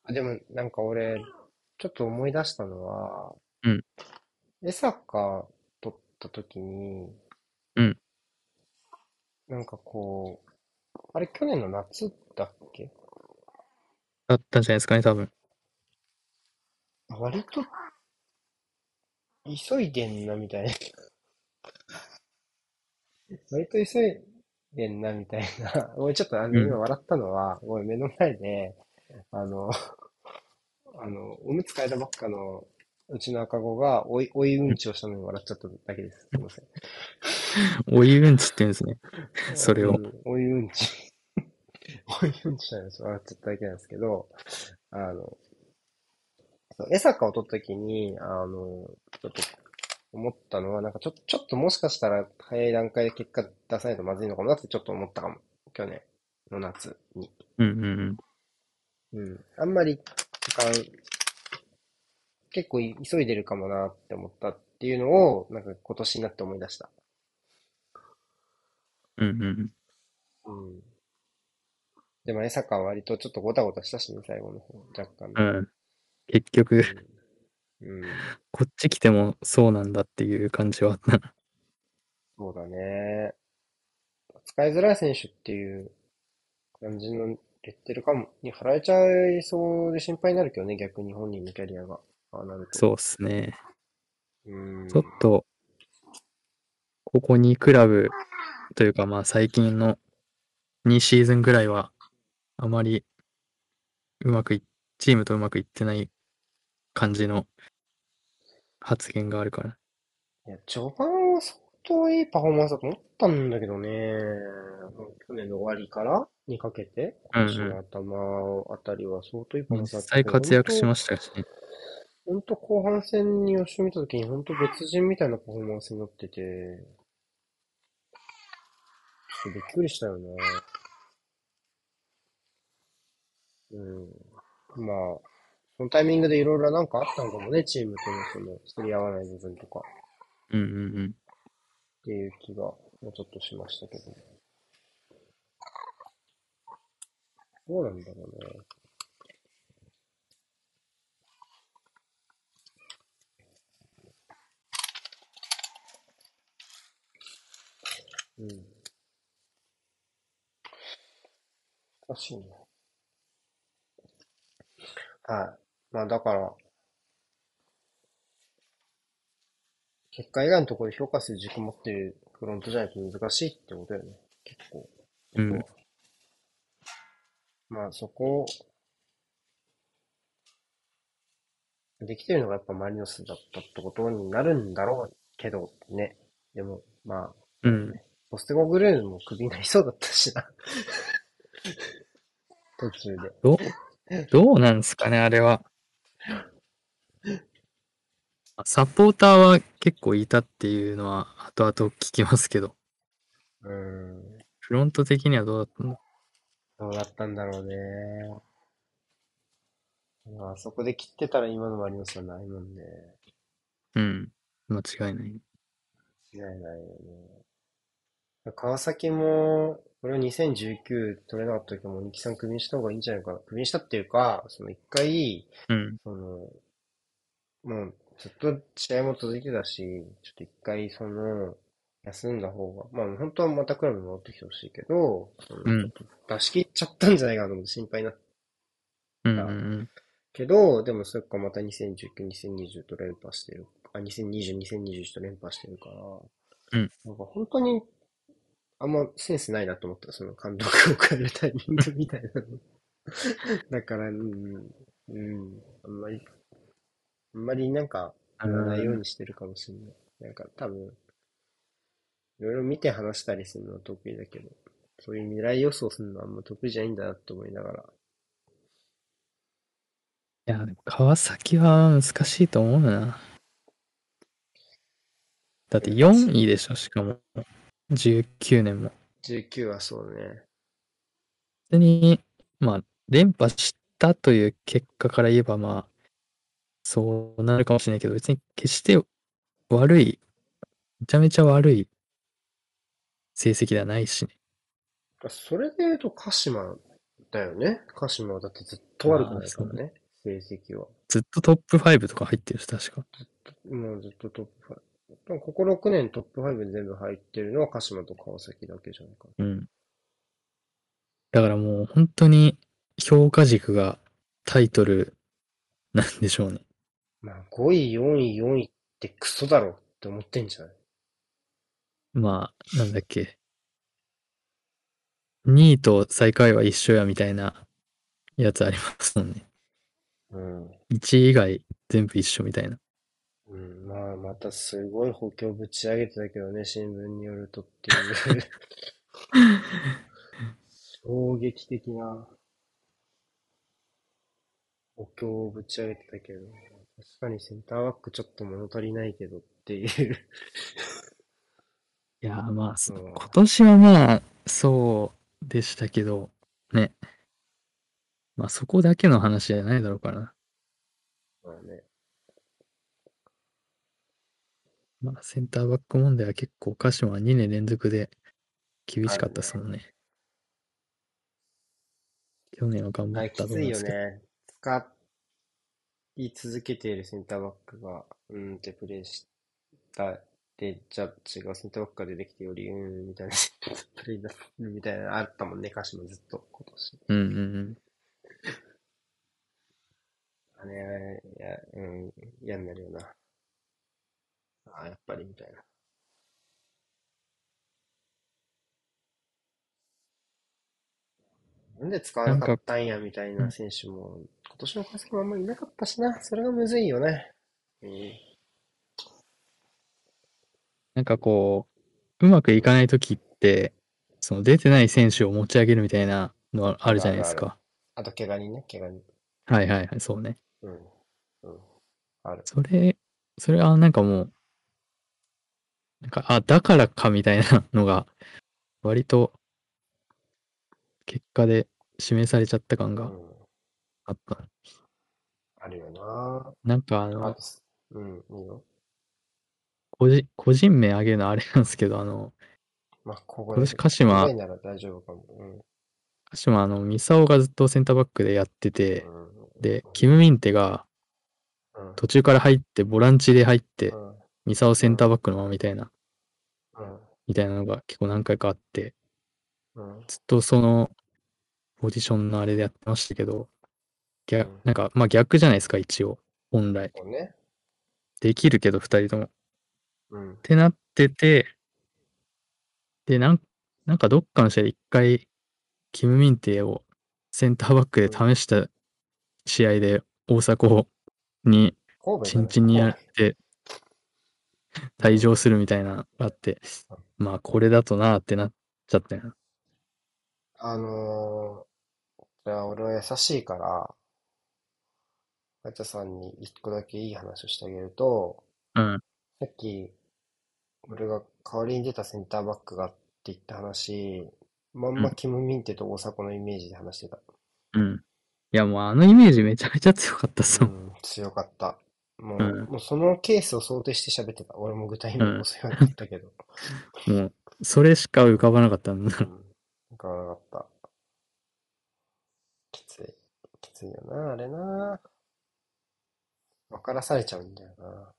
あ、でもなんか俺、ちょっと思い出したのは、 うん、 江坂取った時に、 うん。 なんかこう、あれ去年の夏だっけ？ だったんじゃないですかね、多分。 割と急いでんなみたいな。割と急いでんなみたいな。俺ちょっとあの今うん。 笑ったのは、俺目の前で、あの、あの、おむつ替えたばっかのうちの赤子が追い、追いうんちをしたのに笑っちゃっただけです。すいません。 追いうんちって言うんですね。それを。 うん、追いうんち。追いうんちしたのに笑っちゃっただけなんですけど、あの、そう江坂を取った時に、あの、ちょっと思ったのは、なんかちょ、ちょっともしかしたら早い段階で結果出さないとまずいのかもなってちょっと思ったかも。去年の夏に。 うんうんうん。 うん。あんまり時間、結構急いでるかもなって思ったっていうのを、なんか今年になって思い出した。 うんうんうん。 うん。でも江坂は割とちょっとゴタゴタしたしね、最後の方、若干ね。 うん。結局、 うん。うん。 こっち来てもそうなんだっていう感じはあったな。 そうだね。使いづらい選手っていう感じのレッテルかも、に貼られちゃいそうで心配になるけどね、逆に本人のキャリアが。ああなると。 そうっすね。 うーん。 ちょっと、ここにクラブというかまあ最近のにシーズンぐらいはあまりうまくい、チームとうまくいってない感じの発言があるから。 いや、序盤は相当いいパフォーマンスだと思ったんだけどね。去年の終わりからにかけて、今年のうん頭あたりは相当いいパうん。実フォーマンスだった際けど、本当活躍しましたしね。 本当後半戦に吉を見たときに本当別人みたいなパフォーマンスになってて、ちょっとびっくりしたよね。うん。まあ、そのタイミングでいろいろなんかあったのかもね、チームとのその、釣り合わない部分とかうんうんうん。 っていう気が、もうちょっとしましたけど。どうなんだろうね。うん。難しいね。はい。まあだから、結果以外のところで評価する軸持ってるフロントじゃないと難しいってことだよね。結構、そうん。 こは。まあそこをできてるのがやっぱマリノスだったってことになるんだろうけどね。でも、まあ、 うん。 そうね。ポステゴグルーンもクビになりそうだったしな。途中で。 どう、どうなんですかね、あれは。サポーターは結構いたっていうのは後々聞きますけど、 うーん。 フロント的にはどうだったんだ。 どうだったんだろうね。まあそこで切ってたら今のマリノスはないもんね。 うん。間違いない。 違いないよね。川崎も、これはにせんじゅうきゅう取れなかった時も、二木さんクビにした方がいいんじゃないかな。クビにしたっていうか、その一回、 うん。 その、もうずっと試合も続いてたし、ちょっと一回その、休んだ方が、まあ本当はまたクラブに戻ってきてほしいけど、そのうん。 ちょっと出し切っちゃったんじゃないかなと思って心配になっうん。うたん。 けど、でもそっかまたにせんじゅうきゅう、にせんにじゅうと連覇してる。あ、にせんにじゅう、にせんにじゅういちと連覇してるから、 うん。 なんか本当にあんまセンスないなと思った、その監督を変えるタイミングみたいなの。だから、うん、うん、あんまり、あんまりなんかう言わないようん。 にしてるかもしれない。なんか多分、いろいろ見て話したりするのは得意だけど、そういう未来予想するのはあんま得意じゃないんだなって思いながら。 いや、でも川崎は難しいと思うな。だって4 難しい。 位でしょ、しかも。じゅうきゅうねんも。 じゅうきゅうはそうね。 普通に、まあ、連覇したという結果から言えば、まあ、そうなるかもしれないけど、別に決して悪い、めちゃめちゃ悪い成績ではないしね。 それで言うと鹿島だよね。鹿島はだってずっと悪くああ、そうね。 ないからね。成績は。 ずっとトップファイブとか入ってるし、確か。 もうずっとトップファイブ。でもこころくねんトップファイブに全部入ってるのは鹿島と川崎だけじゃないかうん。だからもう本当に評価軸がタイトルなんでしょうね。 な。まあごい、よんい、よんいってクソだろって思ってんじゃない？ まあ、なんだっけ。にいと最下位は一緒やみたいなやつありますもんね。 うん。 いちい以外全部一緒みたいな。 うん、まあ、またすごい補強ぶち上げてたけどね、新聞によるとっていう衝撃的な補強をぶち上げてたけど、確かにセンターバックちょっと物足りないけどっていういやーまあ、そのは、 今年はまあ、そうでしたけど、ね。まあそこだけの話じゃないだろうからな。 まあね、 まあセンターバック問題は結構鹿島はにねん連続で厳しかったですあるね。 もんね。去年は頑張あれったきついと思うんですけど。 よね。使い続けているセンターバックが、うーんってプレーしたで、じゃあ違うセンターバックが出てきてより、うーんみたいなプレーになるみたいなのあったもんね、鹿島ずっと今年。 うんうんうん。 あれ、いや、うん、嫌になるよな。ああ、やっぱりみたいな。なんで使わなかっなんか、 たんやみたいなうん選手も、今年の川崎もあんまりいなかったしな。それがむずいよね。うん。 なんかこう、うまくいかないときって、その出てない選手を持ち上げるみたいなのはああるじゃるあるある。 ないですか。 あと、怪我人ね、怪我人。 はいはいはい、そうね。 うん。うん。ある。 それ、それはなんかもう、なんか、あ、だからかみたいなのが、割と結果で示されちゃった感がうん。 あった。 あるよな。 なんかあの、 あとす、うん、いいよ。 個人、個人名挙げるのあれなんですけど、あの、 まあ、ここで、 今年鹿島、 言葉になら大丈夫かも。うん。 鹿島あの、ミサオがずっとセンターバックでやってうて、で、 ん。 キム・ミンテがうん。 途中から入って、ボランチで入って、 うん。 ミサオセうん。 ンターバックのままみたいな、 うん。 みたいなのが結構何回かあって、 うん。 ずっとそのポジションのあれでやってましたけど、逆、 うん。 なんか、まあ逆じゃないですか、一応。本来。 そうね。 できるけど、二人とも。っうん。 てなってて、で、なん、なんかどっかの試合で一回、キム・ミンテをセンターバックでうん。 試した試合で大迫に神戸じゃない、 チンチンにや神られて戸。うん。 退場するみたいなのがあって、まあこれだとなーってなっちゃったよな。 あのー、じゃあ俺は優しいから、ガチャさんに一個だけいい話をしてあげると、 うん、 さっき俺が代わりに出たセンターバックがって言った話、まんうん、 まキム・ミンテと大迫のイメージで話してた。 うん。いやもうあのイメージめちゃめちゃ強かったっすもん。 うん、強かった。もう、 うん、 もうそのケースを想定して喋ってた。俺も具体うん。 名もそう言わなかったけど。 もう、それしか浮かばなかったんだ。 うん。わからなかった。きつい。きついよな、あれな。分からされちゃうんだよな。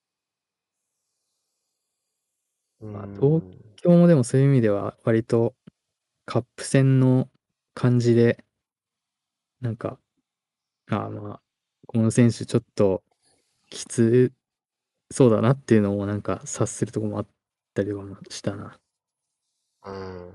うーまあ東ん。 京もでもそういう意味では割とカップ戦の感じで、なんか、ああまあ、この選手ちょっときつそうだなっていうのもなんか察するとこもあったりとかもしたな。 うん。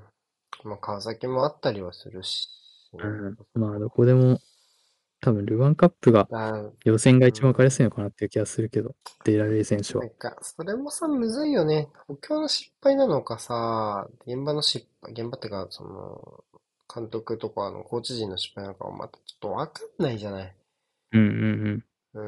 まあ、川崎もあったりはするしね。 うん。 そまあ、どここでも、多分ルヴァンカップがだ、 予選がう一番分かりやすいのん。 かなっていう気がするけど、出られる選手は。 なんか、それもさ、むずいよね。補強の失敗なのかさ、現場の失敗、現場ってか、その、監督とかのコーチ陣の失敗なのかはまたちょっとわかんないじゃない。 うんうんうん。 うん。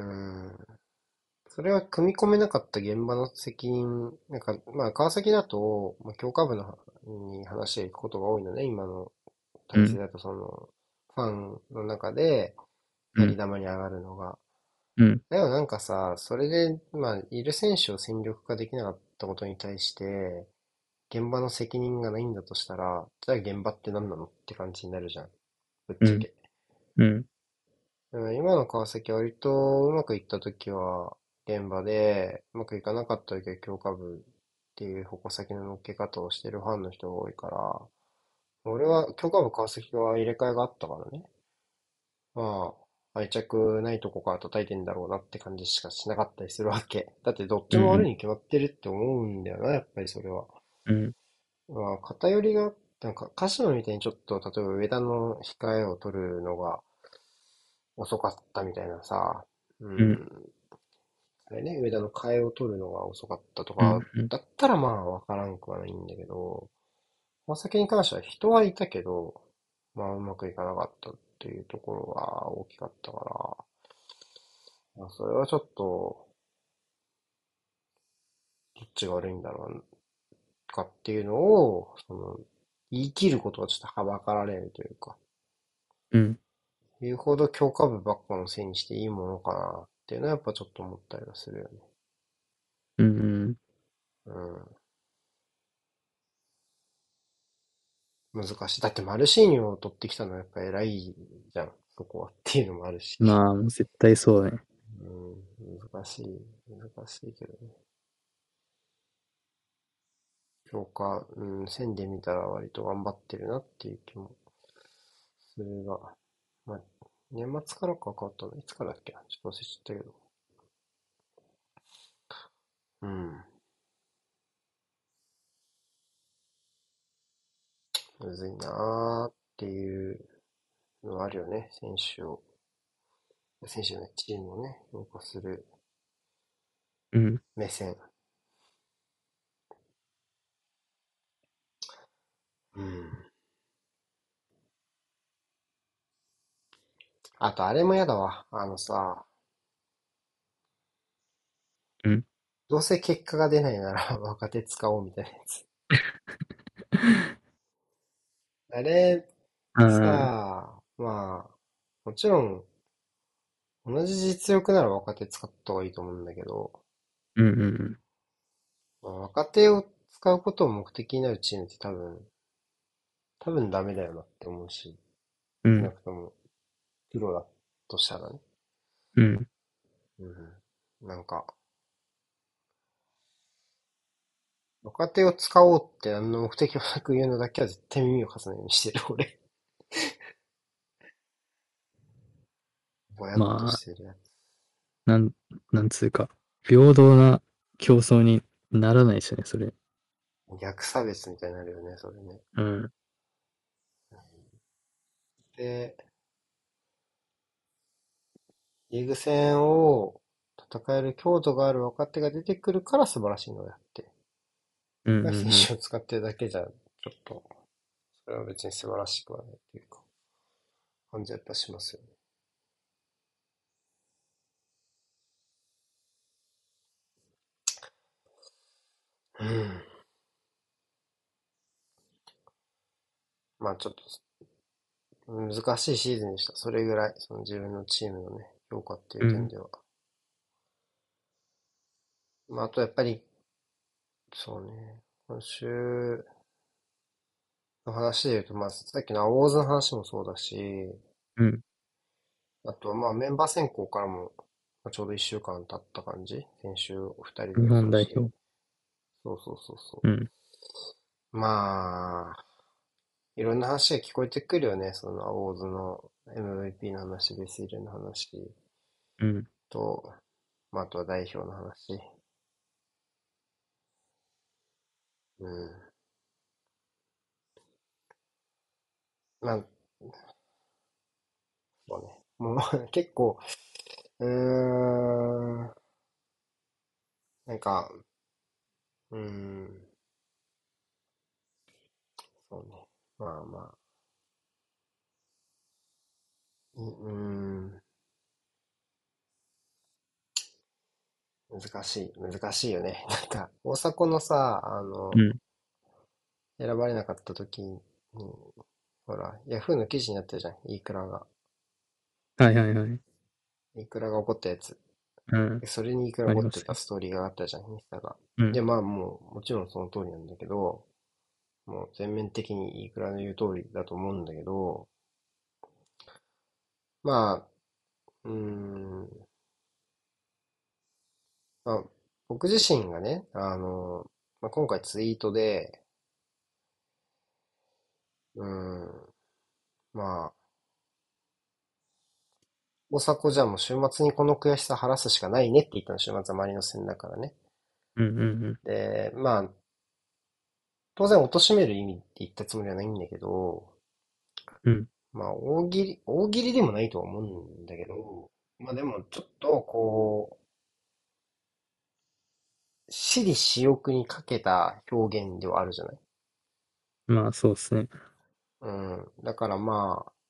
それは組み込めなかった現場の責任、なんか、まあ、川崎だと、まあ、強化部のに話へ行くことが多いのね、今のうん。 体制だと、その、ファンの中で、 うん。 やり玉に上がるのが。 うん。 だよなんかさ、それで、まあ、いる選手を戦力化できなかったことに対して、現場の責任がないんだとしたら、じゃあ現場って何なのって感じになるじゃん。 ぶっうん、 ちゃけ。 うん、 うん、今の川崎は割とうまくいった時は現場で、うまくいかなかった時は強化部っていう矛先の乗っけ方をしてるファンの人が多いから、俺は強化部川崎は入れ替えがあったからね。まあ、愛着ないとこから叩いてんだろうなって感じしかしなかったりするわけ。だってどっちも悪いうん、 に決まってるって思うんだよな、やっぱりそれは。 うん、 まあ、偏りが、なんか、鹿島みたいにちょっと、例えば上田の控えを取るのが遅かったみたいなさ、ううん、 ん、あれね、上田の替えを取るのが遅かったとうん、 か、 うん。 だったらまあ、わからんくはないんだけど、川崎に関しては人はいたけど、まあ、うまくいかなかったっていうところが大きかったから、まあ、それはちょっと、どっちが悪いんだろうかっていうのを、その、言い切ることはちょっとはばかられるというか、 うん、 言うほど強化部ばっかのせいにしていいものかなっていうのはやっぱちょっと思ったりはするよね。 うん、 うん。難しい。だってマルシーニョを取ってきたのはやっぱ偉いじゃん。そこはっていうのもあるし。 まあ、もう絶対そうだね。 うん。難しい。難しいけどね。強化、うん、線で見たら割と頑張ってるなっていう気もするが。まあ、年末からか変わったのいつからだっけなちょっと忘れちゃったけど。うん。むずいなーっていうのはあるよね。選手を、選手のチームをね、評価するうん、 目線。うん。あと、あれもやだわ。あのさ、 うん。 どうせ結果が出ないなら若手使おうみたいなやつ。あれ、 ああ、 さあ、まあ、もちろん、同じ実力なら若手使った方がいいと思うんだけど、 うん、うん、 まあ、若手を使うことを目的になるチームって多分、多分ダメだよなって思うし、少なうん、 くとも、プロだとしたらね。 うん。 うん。なんか、若手を使おうって何の目的もなく言うのだけは絶対耳を貸さないようにしてる、俺。ぼやっとまあ、 してるやつ。 なん、なんつうか、平等な競争にならないしね、それ。 逆差別みたいになるよね、それね。 うん、 で、リーグ戦を戦える強度がある若手が出てくるから素晴らしいのであって、 うん、うん、 選うん。 手を使ってるだけじゃ、ちょっと、それは別に素晴らしくはないっていうか、感じはやっぱしますよね。うん。まあちょっと難しいシーズンでした。それぐらい、その自分のチームのね、評価っていううん、 点では。まああとやっぱり、そうね、今週の話で言うと、まあさっきのアウォーズの話もそうだし、 うん。 あとはまあメンバー選考からもまあちょうどいっしゅうかん経った感じ。先週お二人で日予想して。 本代表。 そうそうそうそうん、 う。まあ、いろんな話が聞こえてくるよね。そのアウォーズの エムブイピー の話、ベスイレの話うん。 と、まあ、あとは代表の話。うん。まあ、そうね。もう結構、うーん、なんか、うーん、そうね。まあまあ、ううーん、難しい、難しいよね。なんか、大迫のさ、あの、 うん。 選ばれなかった時に、ほら、ヤフーの記事になったじゃん、イークラが。 はいはいはい。 イークラが怒ったやつ。 うん。 でそれにいくら怒ってありますよ。 たストーリーがあったじゃん、インスタが。で、 うん。 まあもう、もちろんその通りなんだけど、もう全面的にいくらの言う通りだと思うんだけど、 まあ、うーん、まあ、僕自身がね、あの、まあ、今回ツイートで、うーん、まあ、大迫じゃあもう週末にこの悔しさ晴らすしかないねって言ったの、週末は周りの戦だからね。 うんうんで、まあ、当然貶める意味って言ったつもりはないんだけど、 うん。うん。 まあ、大喜利、大喜利でもないとは思うんだけど、まあでもちょっとこう、私利私欲にかけた表現ではあるじゃない。 まあそうですね。 うん。だからまあ、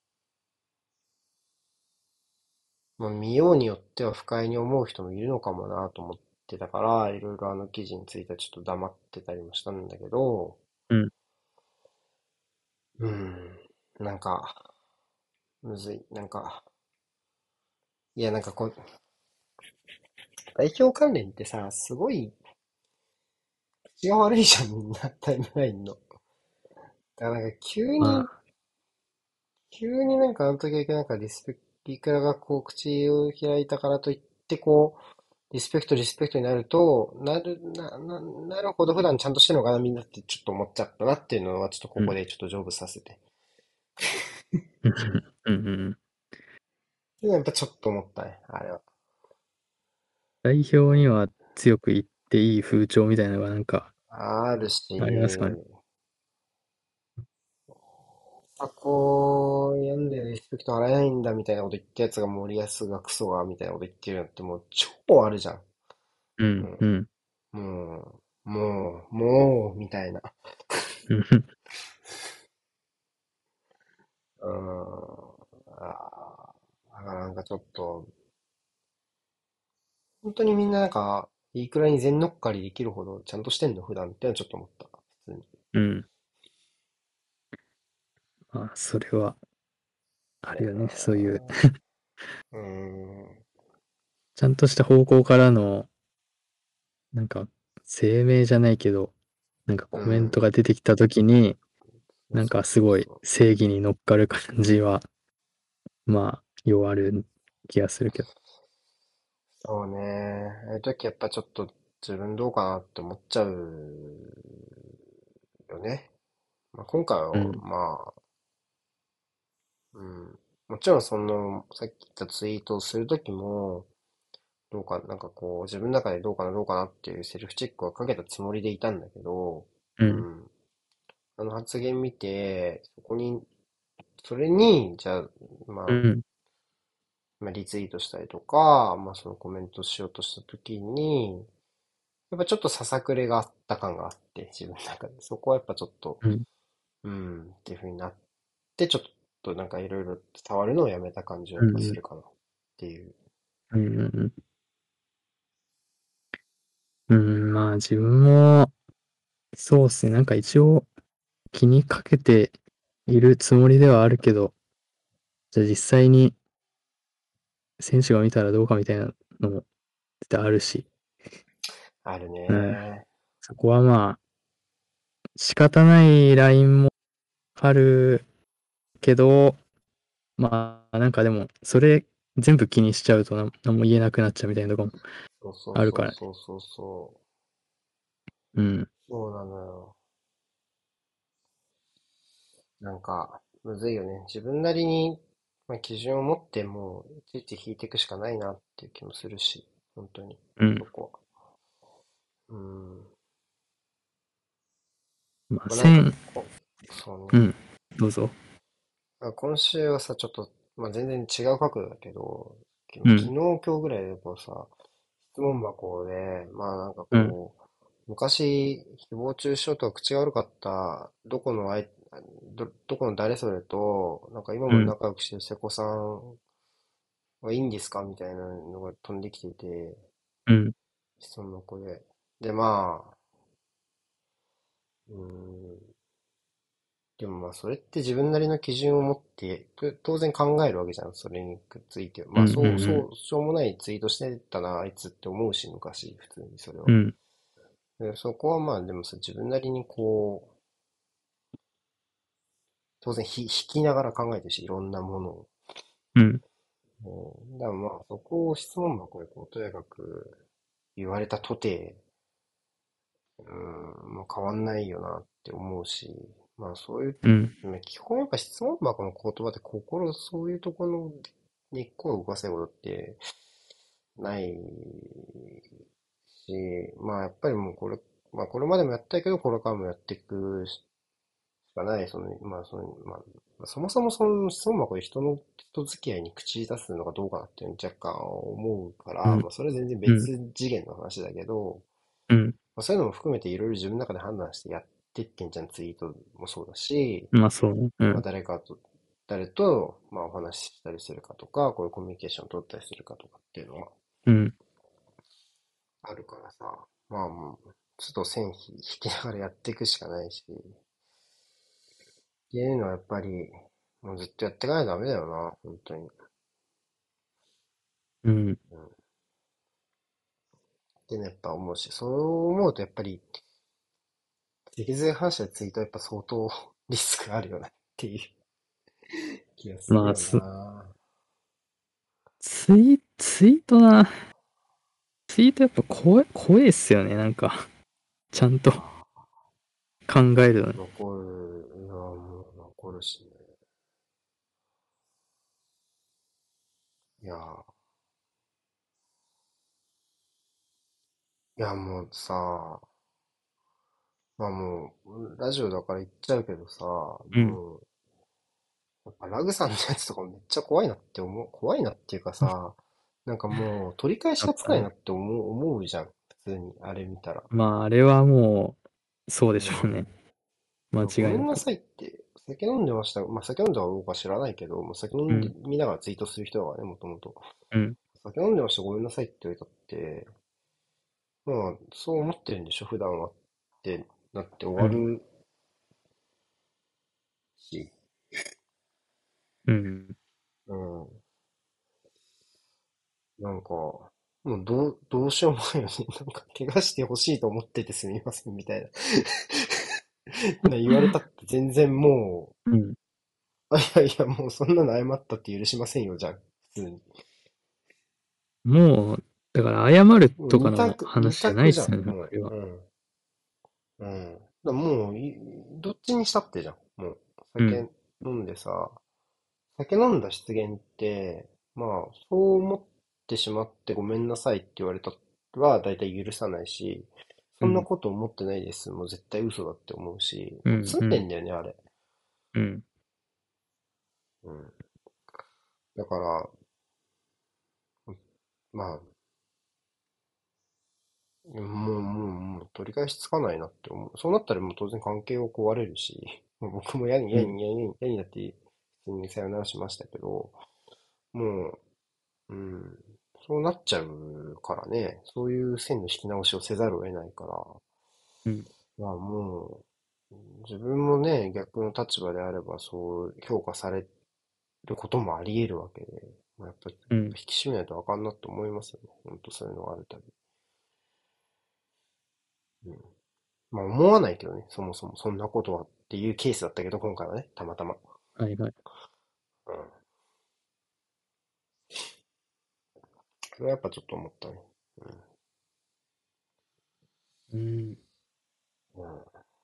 まあ見ようによっては不快に思う人もいるのかもなと思ってたから、いろいろあの記事についてはちょっと黙ってたりもしたんだけど、 うん。 うん。なんか、むずい。なんか、いやなんかこう、代表関連ってさ、すごい口が悪いじゃん、みんな、タイムラインの。だからなんか急に、 まあ、 急になんかあの時だけなんかリスペクト、リクラがこう口を開いたからといってこう、リスペクトリスペクトになると、なる、な、な、なるほど普段ちゃんとしてるのかなみんなってちょっと思っちゃったなっていうのはちょっとこうん。 こでちょっと成仏させて。 うんうんうん。 でやっぱちょっと思ったね、あれは。 代表には強く言っていい風潮みたいなのがなんかあるし、 ありますかね。 あ、こう、病んでリスペクト払えないんだみたいなこと言ったやつが森保がクソがみたいなこと言ってるのってもう超あるじゃん。 うん、ううん。 ん。 もう、もう、もう、みたいな。 うん、 うーん。あーだからなんかちょっと、本当にみんななんか、いいくらいに全乗っかりできるほどちゃんとしてんの普段ってのはちょっと思った。普通に。 うん。まあ、それはあいやるよね。そういう、 ー、うーん。 ちゃんとした方向からの、なんか、声明じゃないけど、なんかコメントうん。 が出てきたときに、なんそうそうかすごいそうそう。 正義に乗っかる感じは、まあ、ようある気がするけど。 そうね。ああいう時やっぱちょっと自分どうかなって思っちゃうよね。まあ、今回は、 うん、 まあ、うん。もちろんその、さっき言ったツイートをするときも、どうか、なんかこう、自分の中でどうかなどうかなっていうセルフチェックはかけたつもりでいたんだけど、 うん、 うん。あの発言見て、そこに、それに、じゃあ、まあ、 うん、 まあ、リツイートしたりとか、まあ、そのコメントしようとしたときに、やっぱちょっとささくれがあった感があって、自分の中で。そこはやっぱちょっと、 うん、 うん、っていう風になって、ちょっとなんかいろいろ伝わるのをやめた感じはやっぱうん、 するかなっていう。 うん、うん、うん、まあ自分も、そうですね。なんか一応気にかけているつもりではあるけど、じゃあ実際に選手が見たらどうかみたいなのも絶対あるし、 あるうん。 ね。 そこはまあ、仕方ないラインもあるけど、まあ、なんかでも、それ全部気にしちゃうとなん何も言えなくなっちゃうみたいなとこもそうそうそうあるからね。 そうそうそう。 うん。 そうなのよ。なんか、むずいよね。自分なりに、まあ、基準を持ってもう、いちいち引いていくしかないなっていう気もするし、本当に。 うん。 そこは。うん。 まあ、 まあ、なんか線、 こう、そうね。 うん。どうぞ。 あ今週はさ、ちょっと、まあ、全然違う角度だけど、き昨日、 うん。 今日ぐらいでこうさ、質問箱で、まあなんかうん。 こう、昔、誹謗中傷とか口が悪かった、どこのあい、ど、どこの誰それと、なんか今うん。 も仲良くしてる瀬古さんはいいんですかみたいなのが飛んできてて、 うん。 質問の子で。で、まあ、うーん、でもまあそれって自分なりの基準を持って、と当然考えるわけじゃん、それについては。 うん。 まあそう、 うん。 そう、しょうもないツイートしてたな、あいつって思うし、昔、普通にそれは。 うん。 で、そこはまあでもさ、自分なりにこう、当然ひ引きながら考えてるし、いろんなものを。 うん、 うん、だからまあ、そこを質問箱でこう、とやかく言われたとて、うん、もう変わんないよなって思うし、まあそういう、 うん。 まあ基本やっぱ質問箱の言葉で心、そういうところの根っこを動かせることってないし、まあやっぱりもうこれ、まあこれまでもやったけど、これからもやっていくしかない、その、まあその、まあ、そもそもその質問箱で人の人付き合いに口出すのがどうかなっていうのを若干思うから、 うん、 まあそれは全然うん、 別次元の話だけど、 うん。 まあ、そういうのも含めていろいろ自分の中で判断してやってってんじゃん、ツイートもそうだし、 まあそうね。うまあ、 ん、 誰かと、誰と、まあ、お話ししたりするかとか、こういうコミュニケーションを取ったりするかとかっていうのはうん、 あるからさ、まあもう、ちょっと線引きながらやっていくしかないし、っていうのはやっぱり、もうずっとやっていかないとダメだよな、本当に。 うん。 うん。ってね、やっぱ思うし、そう思うとやっぱり、脊髄反射でツイートはやっぱ相当リスクあるよなっていう気がするまあ、 よす、 な。 ツイ、ツイートな。ツイートやっぱ怖い、怖いっすよね。なんか、ちゃんと考えるのに。 残る、いや、もう残るしね。いや、いやもうさ、まあもう、ラジオだから言っちゃうけどさ、 うん。 もう、やっぱラグさんのやつとかめっちゃ怖いなって思う、怖いなっていうかさ、なんかもう取り返しがつかないなやっぱね。 って思う、思うじゃん。普通に、あれ見たら。 まあ、あれはもう、そうでうん。 しょうね。間ごめんな違いなく。 さいって、酒飲んでました。まあ酒飲んではどうか知らないけど、もう酒飲んで、 うん、 見ながらツイートする人はね、もともと。 うん、 酒飲んでました、ごめんなさいって言われたって、まあ、そう思ってるんでしょ、普段はってなって終うん、 わるし、 うん。 うん。なんか、もうどう、どうしようもないよね。なんか、怪我してほしいと思っててすみません、みたいな。な言われたって全然もうん。 う、あ、いやいや、もうそんなの謝ったって許しませんよ、じゃん。普通に。 もう、だから謝るもうとかの二択、二話じゃない択じゃん、 っすよね、 もあれは。 う。うん。うん。だからもうい、どっちにしたってじゃん。もう、 うん、 酒飲んでさ、酒飲んだ失言って、まあ、そう思ってしまってごめんなさいって言われたは大体許さないし、そんなうん、 こと思ってないです。もう絶対嘘だって思うし、もううん、うん、 詰んでんだよね、あれ。 うん、 うん。だから、まあ、もう、もう、もう取り返しつかないなって思う。そうなったらもう当然関係を壊れるし、もう僕も嫌にうん、 嫌に嫌に嫌になって普通にさよならしましたけど、もう、うん、そうなっちゃうからね、そういう線の引き直しをせざるを得ないから、 うん、 まあもう、自分もね、逆の立場であればそう評価されることもあり得るわけで、まあ、やっぱりうん。 引き締めないとあかんなと思いますよね。本当そういうのがあるたび。うん。まあ思わないけどね、そもそもそんなことはっていうケースだったけど、今回はね、たまたま。 はいはい。 うん。それはやっぱちょっと思ったね。 うん。 うん。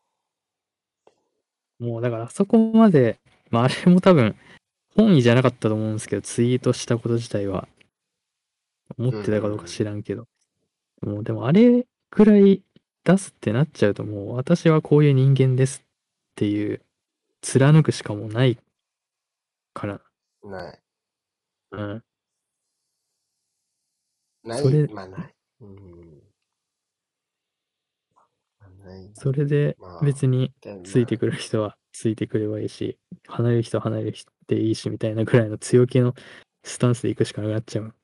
もうだからあそこまで、まああれも多分本意じゃなかったと思うんですけど、ツイートしたこと自体は思っうん。うてたかどうか知ん。 らんけど。もうでもあれくらい出すってなっちゃうともう私はこういう人間ですっていう貫くしかもうないから。 うん。ない。 うん。 ない、 それ、 まあない。うん。まあない。 それでまあ、 別にで、 ついてくまあ、 る人はついてくればいいし、離れる人は離れる人でいいしみたいなぐらいの強気のスタンスで行くしかなくなっちゃう。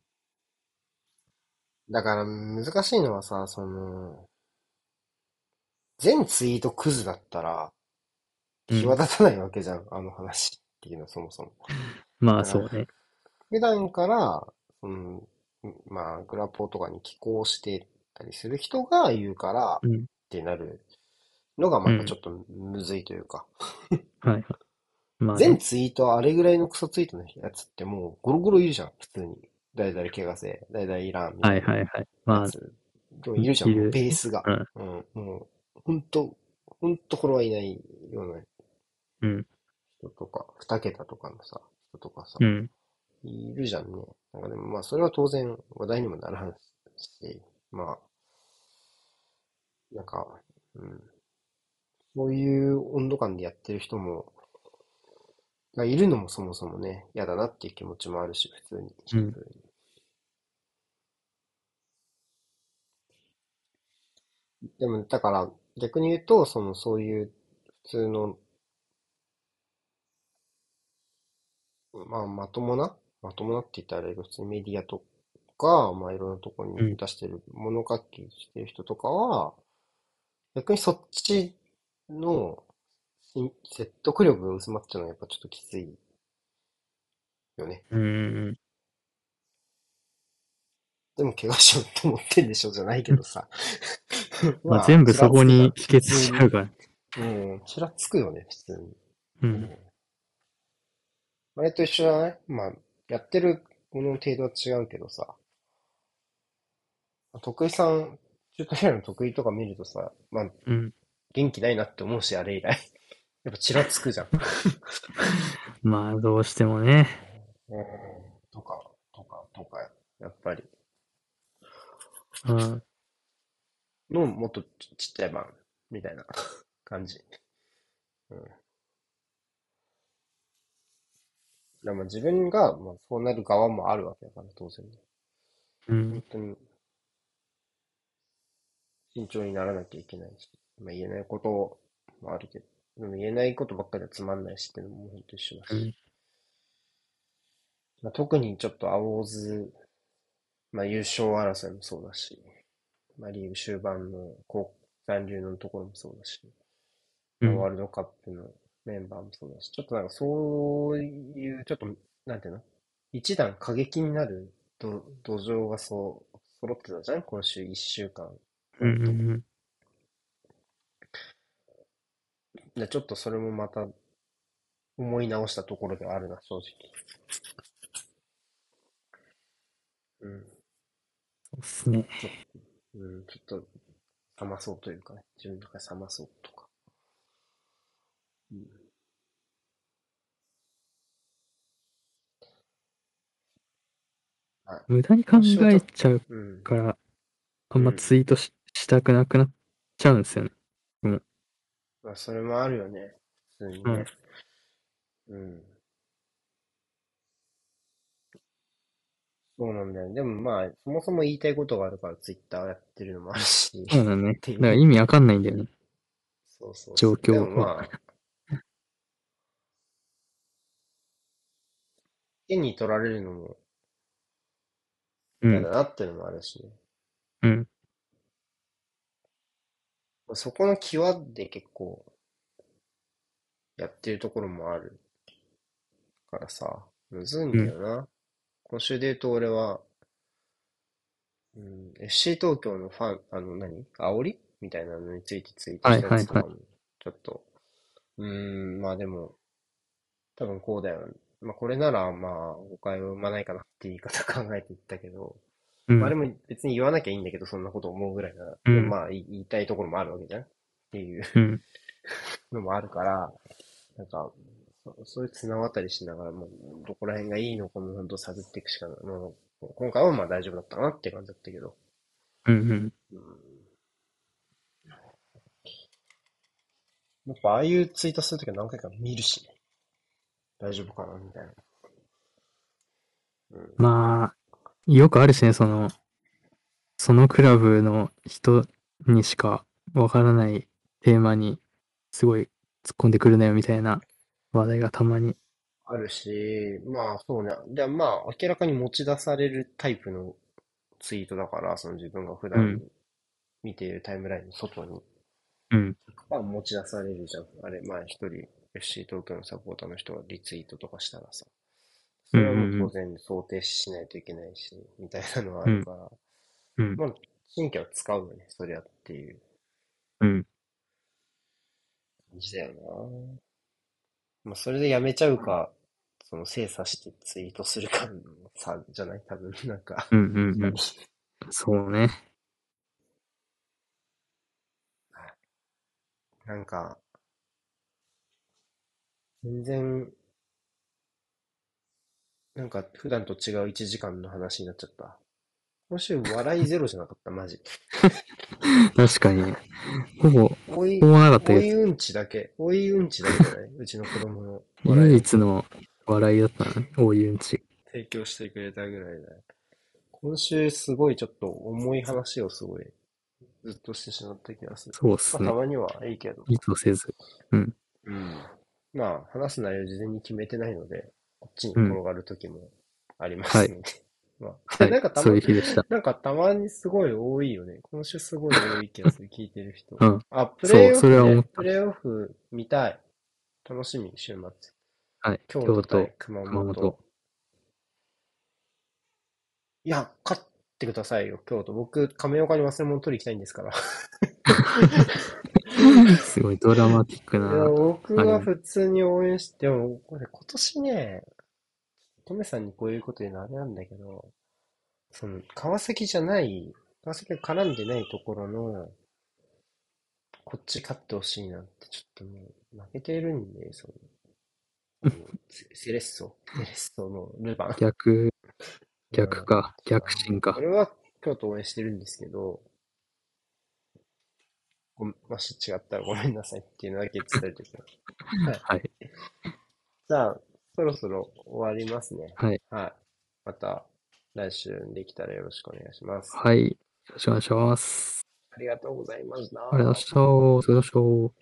だから難しいのはさ、その、全ツイートクズだったら、 うん。 際立たないわけじゃん、あの話っていうのはそもそも。 まあだから、 そうね。 普段から、うん、まあ、グラポとかに寄稿してたりする人が言うからっうん。 てなるのがまたちうん。 ょっとむずいというか。 はいはい。 まあね。 全ツイートあれぐらいのクソツイートのやつってもうゴロゴロいるじゃん、普通に。誰々怪我せ、誰々いらんみたはいいなはいはい。まあ、 やつ。いるじゃん、もういる。 ベースが。 うん。 うん、もう、ほんと、ほんとフォロワーいないようなうん。 人とか、二桁とかのさ、人とかさ、 うん。 いるじゃんね。なんかでもまあ、それは当然話題にもならんし、まあ、なんか、うん、そういう温度感でやってる人も、がいるのもそもそもね、嫌だなっていう気持ちもあるし、普通に、シうん。 ンプルに。でも、だから、逆に言うと、その、そういう普通の、まあ、まともな、まともなって言ったらあれが普通にメディアとか、まあ、いろんなところにうん。 出してる、物書きしてる人とかは、逆にそっちのし説得力が薄まっちゃうのはやっぱちょっときついよね。 うん。 でも怪我しようと思ってんでしょじゃないけどさ。 まあまあ、ち全部そこらつくじゃん。 に帰結普通に。 しちゃうから。 うん、ちらつくよね、普通に。 うん。 うん。あれと一緒じゃない？まあ、やってるものの程度は違うけどさ。得意さん、中途半端の得意とか見るとさ、まあ、 うん。 元気ないなって思うし、あれ以来。やっぱちらつくじゃん。 まあどうしてもね。 うん。とか、とか、とか、やっぱり。 うん。 の、もっとちちっちゃい版、みたいな感じ。うん。でも自分が、まあ、そうなる側もあるわけだから、当然ね。 うん。 本当に慎重にならなきゃいけないし、まあ、言えないこともあるけど、でも言えないことばっかりはつまんないしっていうのも本当一緒だし。 うん。 まあ、特にちょっと青津、まあ、優勝争いもそうだし、まあ、リーグ終盤のこう残留のところもそうだし、まあ、 うん。 ワールドカップのメンバーもそうだし、ちょっとなんかそういう、ちょっと、なんていうの一段過激になる土土壌がそう、揃ってたじゃん今週一週間、 うん。 ほんと。 うん。 で、ちょっとそれもまた思い直したところではあるな、正直。うん。 そうっすね。 ちょっと、うん、ちょっと、冷まそうというかね、自分の中で冷まそうとか。うん。はい。 無駄に考今週はちょっと、 えちゃううん、 から、あんまうん。 ツイートし、したくなくなっちゃうんですよね。うん。 まあ、それもあるよね。普通にね。 うん。 うん。そうなんだよね。でもまあ、そもそも言いたいことがあるからツイッターやってるのもあるし、 そうだね。 っていう。 だから意味わかんないんだよね。 そうそう状そう。でも況は。 まあ、手に取られるのもうん。 嫌だなっていうのもあるしね。 うん。 まあそこの際で結構やってるところもあるからさ、むずいんうん。 だよな。今週で言うと俺は、うん、エフシー 東京のファン、あの何煽りみたいなのについてツイートはいしたやはいはい。 つとかも、ちょっと、うーん、まあでも、多分こうだよ。まあこれならまあ誤解を生まないかなって言い方考えて言ったけど、 うん。 まあでも別に言わなきゃいいんだけど、そんなこと思うぐらいなら。 うん。 でもまあ言い言いたいところもあるわけじゃんっていううん。 のもあるから、なんか、そそういう綱渡りしながら、もうどこら辺がいいのかも本当探っていくしかない。もう今回はまあ大丈夫だったかなって感じだったけど。 うん。うん。 うん、やっぱああいうツイートするときは何回か見るしね。大丈夫かなみたいな。うん。 まあ、よくあるしね、その、そのクラブの人にしかわからないテーマにすごい突っ込んでくるなよみたいな話題がたまに。 あるし、まあそうね。で、まあ明らかに持ち出されるタイプのツイートだから、その自分が普段うん。 見ているタイムラインの外に、 うん。 まあ持ち出されるじゃん。あれ、まあ一人 エフシー 東京のサポーターの人がリツイートとかしたらさ、 うん。 それはもう当うん。 然想定しないといけないし、みたいなのはあうん。 るから、 うん。 まあ神経は使うよね、そりゃっていううん。 感じだよな。 まあ、それでやめちゃうか、その精査してツイートするかの差じゃない多分、なんか、 うんうんうん。そうね。 なんか、全然、なんか普段と違ういちじかんの話になっちゃった。今週笑いゼロじゃなかった、マジ。 確かに。ほぼ、ほおい、 ぼなかったけど、 おいうんちだけ、おいうんちだけじゃないうちの子供の笑いを唯一の笑いだったな、大湯んち。 提供してくれたぐらいだ。今週すごいちょっと重い話をすごいずっとしてしまった気がする。まあそうっすね。 たまにはいいけど。 意図せず。うん。 うん。まあ話す内容事前に決めてないので、こっちにうん。 転がる時もありまはい。 すので。まあ、 はい。そうなんかたま、 いう日でした。 なんかたまにすごい多いよね。今週すごい多い気がする、聞いてる人。 うん。 あ、プレそう、それイオフで、 は思った。 プレイオフ見たい。楽しみ、週末。 はい。 京都対京都、 熊本。 熊本。 いや、勝ってくださいよ、京都。僕、亀岡に忘れ物取り行きたいんですから。 すごいドラマティックいや、 な、 僕あれ。 は普通に応援して、でも、これ今年ね、トメさんにこういうこと言うのあれなんだけど、その、川崎じゃない、川崎が絡んでないところの、こっち勝ってほしいなって、ちょっともう、負けているんで、その、あの、セセレッソ、セレッソのルヴァン。 逆、 うん。 逆か。逆あの、 進か。 俺は京都応援してるんですけど、ごめん、もし違ったらごめんなさいっていうのだけ伝えておきます。はい。 はい。 じゃあ、そろそろ終わりますね。 はい。 はい。また来週できたらよろしくお願いします。 はい。よろしくお願いします。 ありがとうございましありがとうございまた。 した。お疲れ様でした。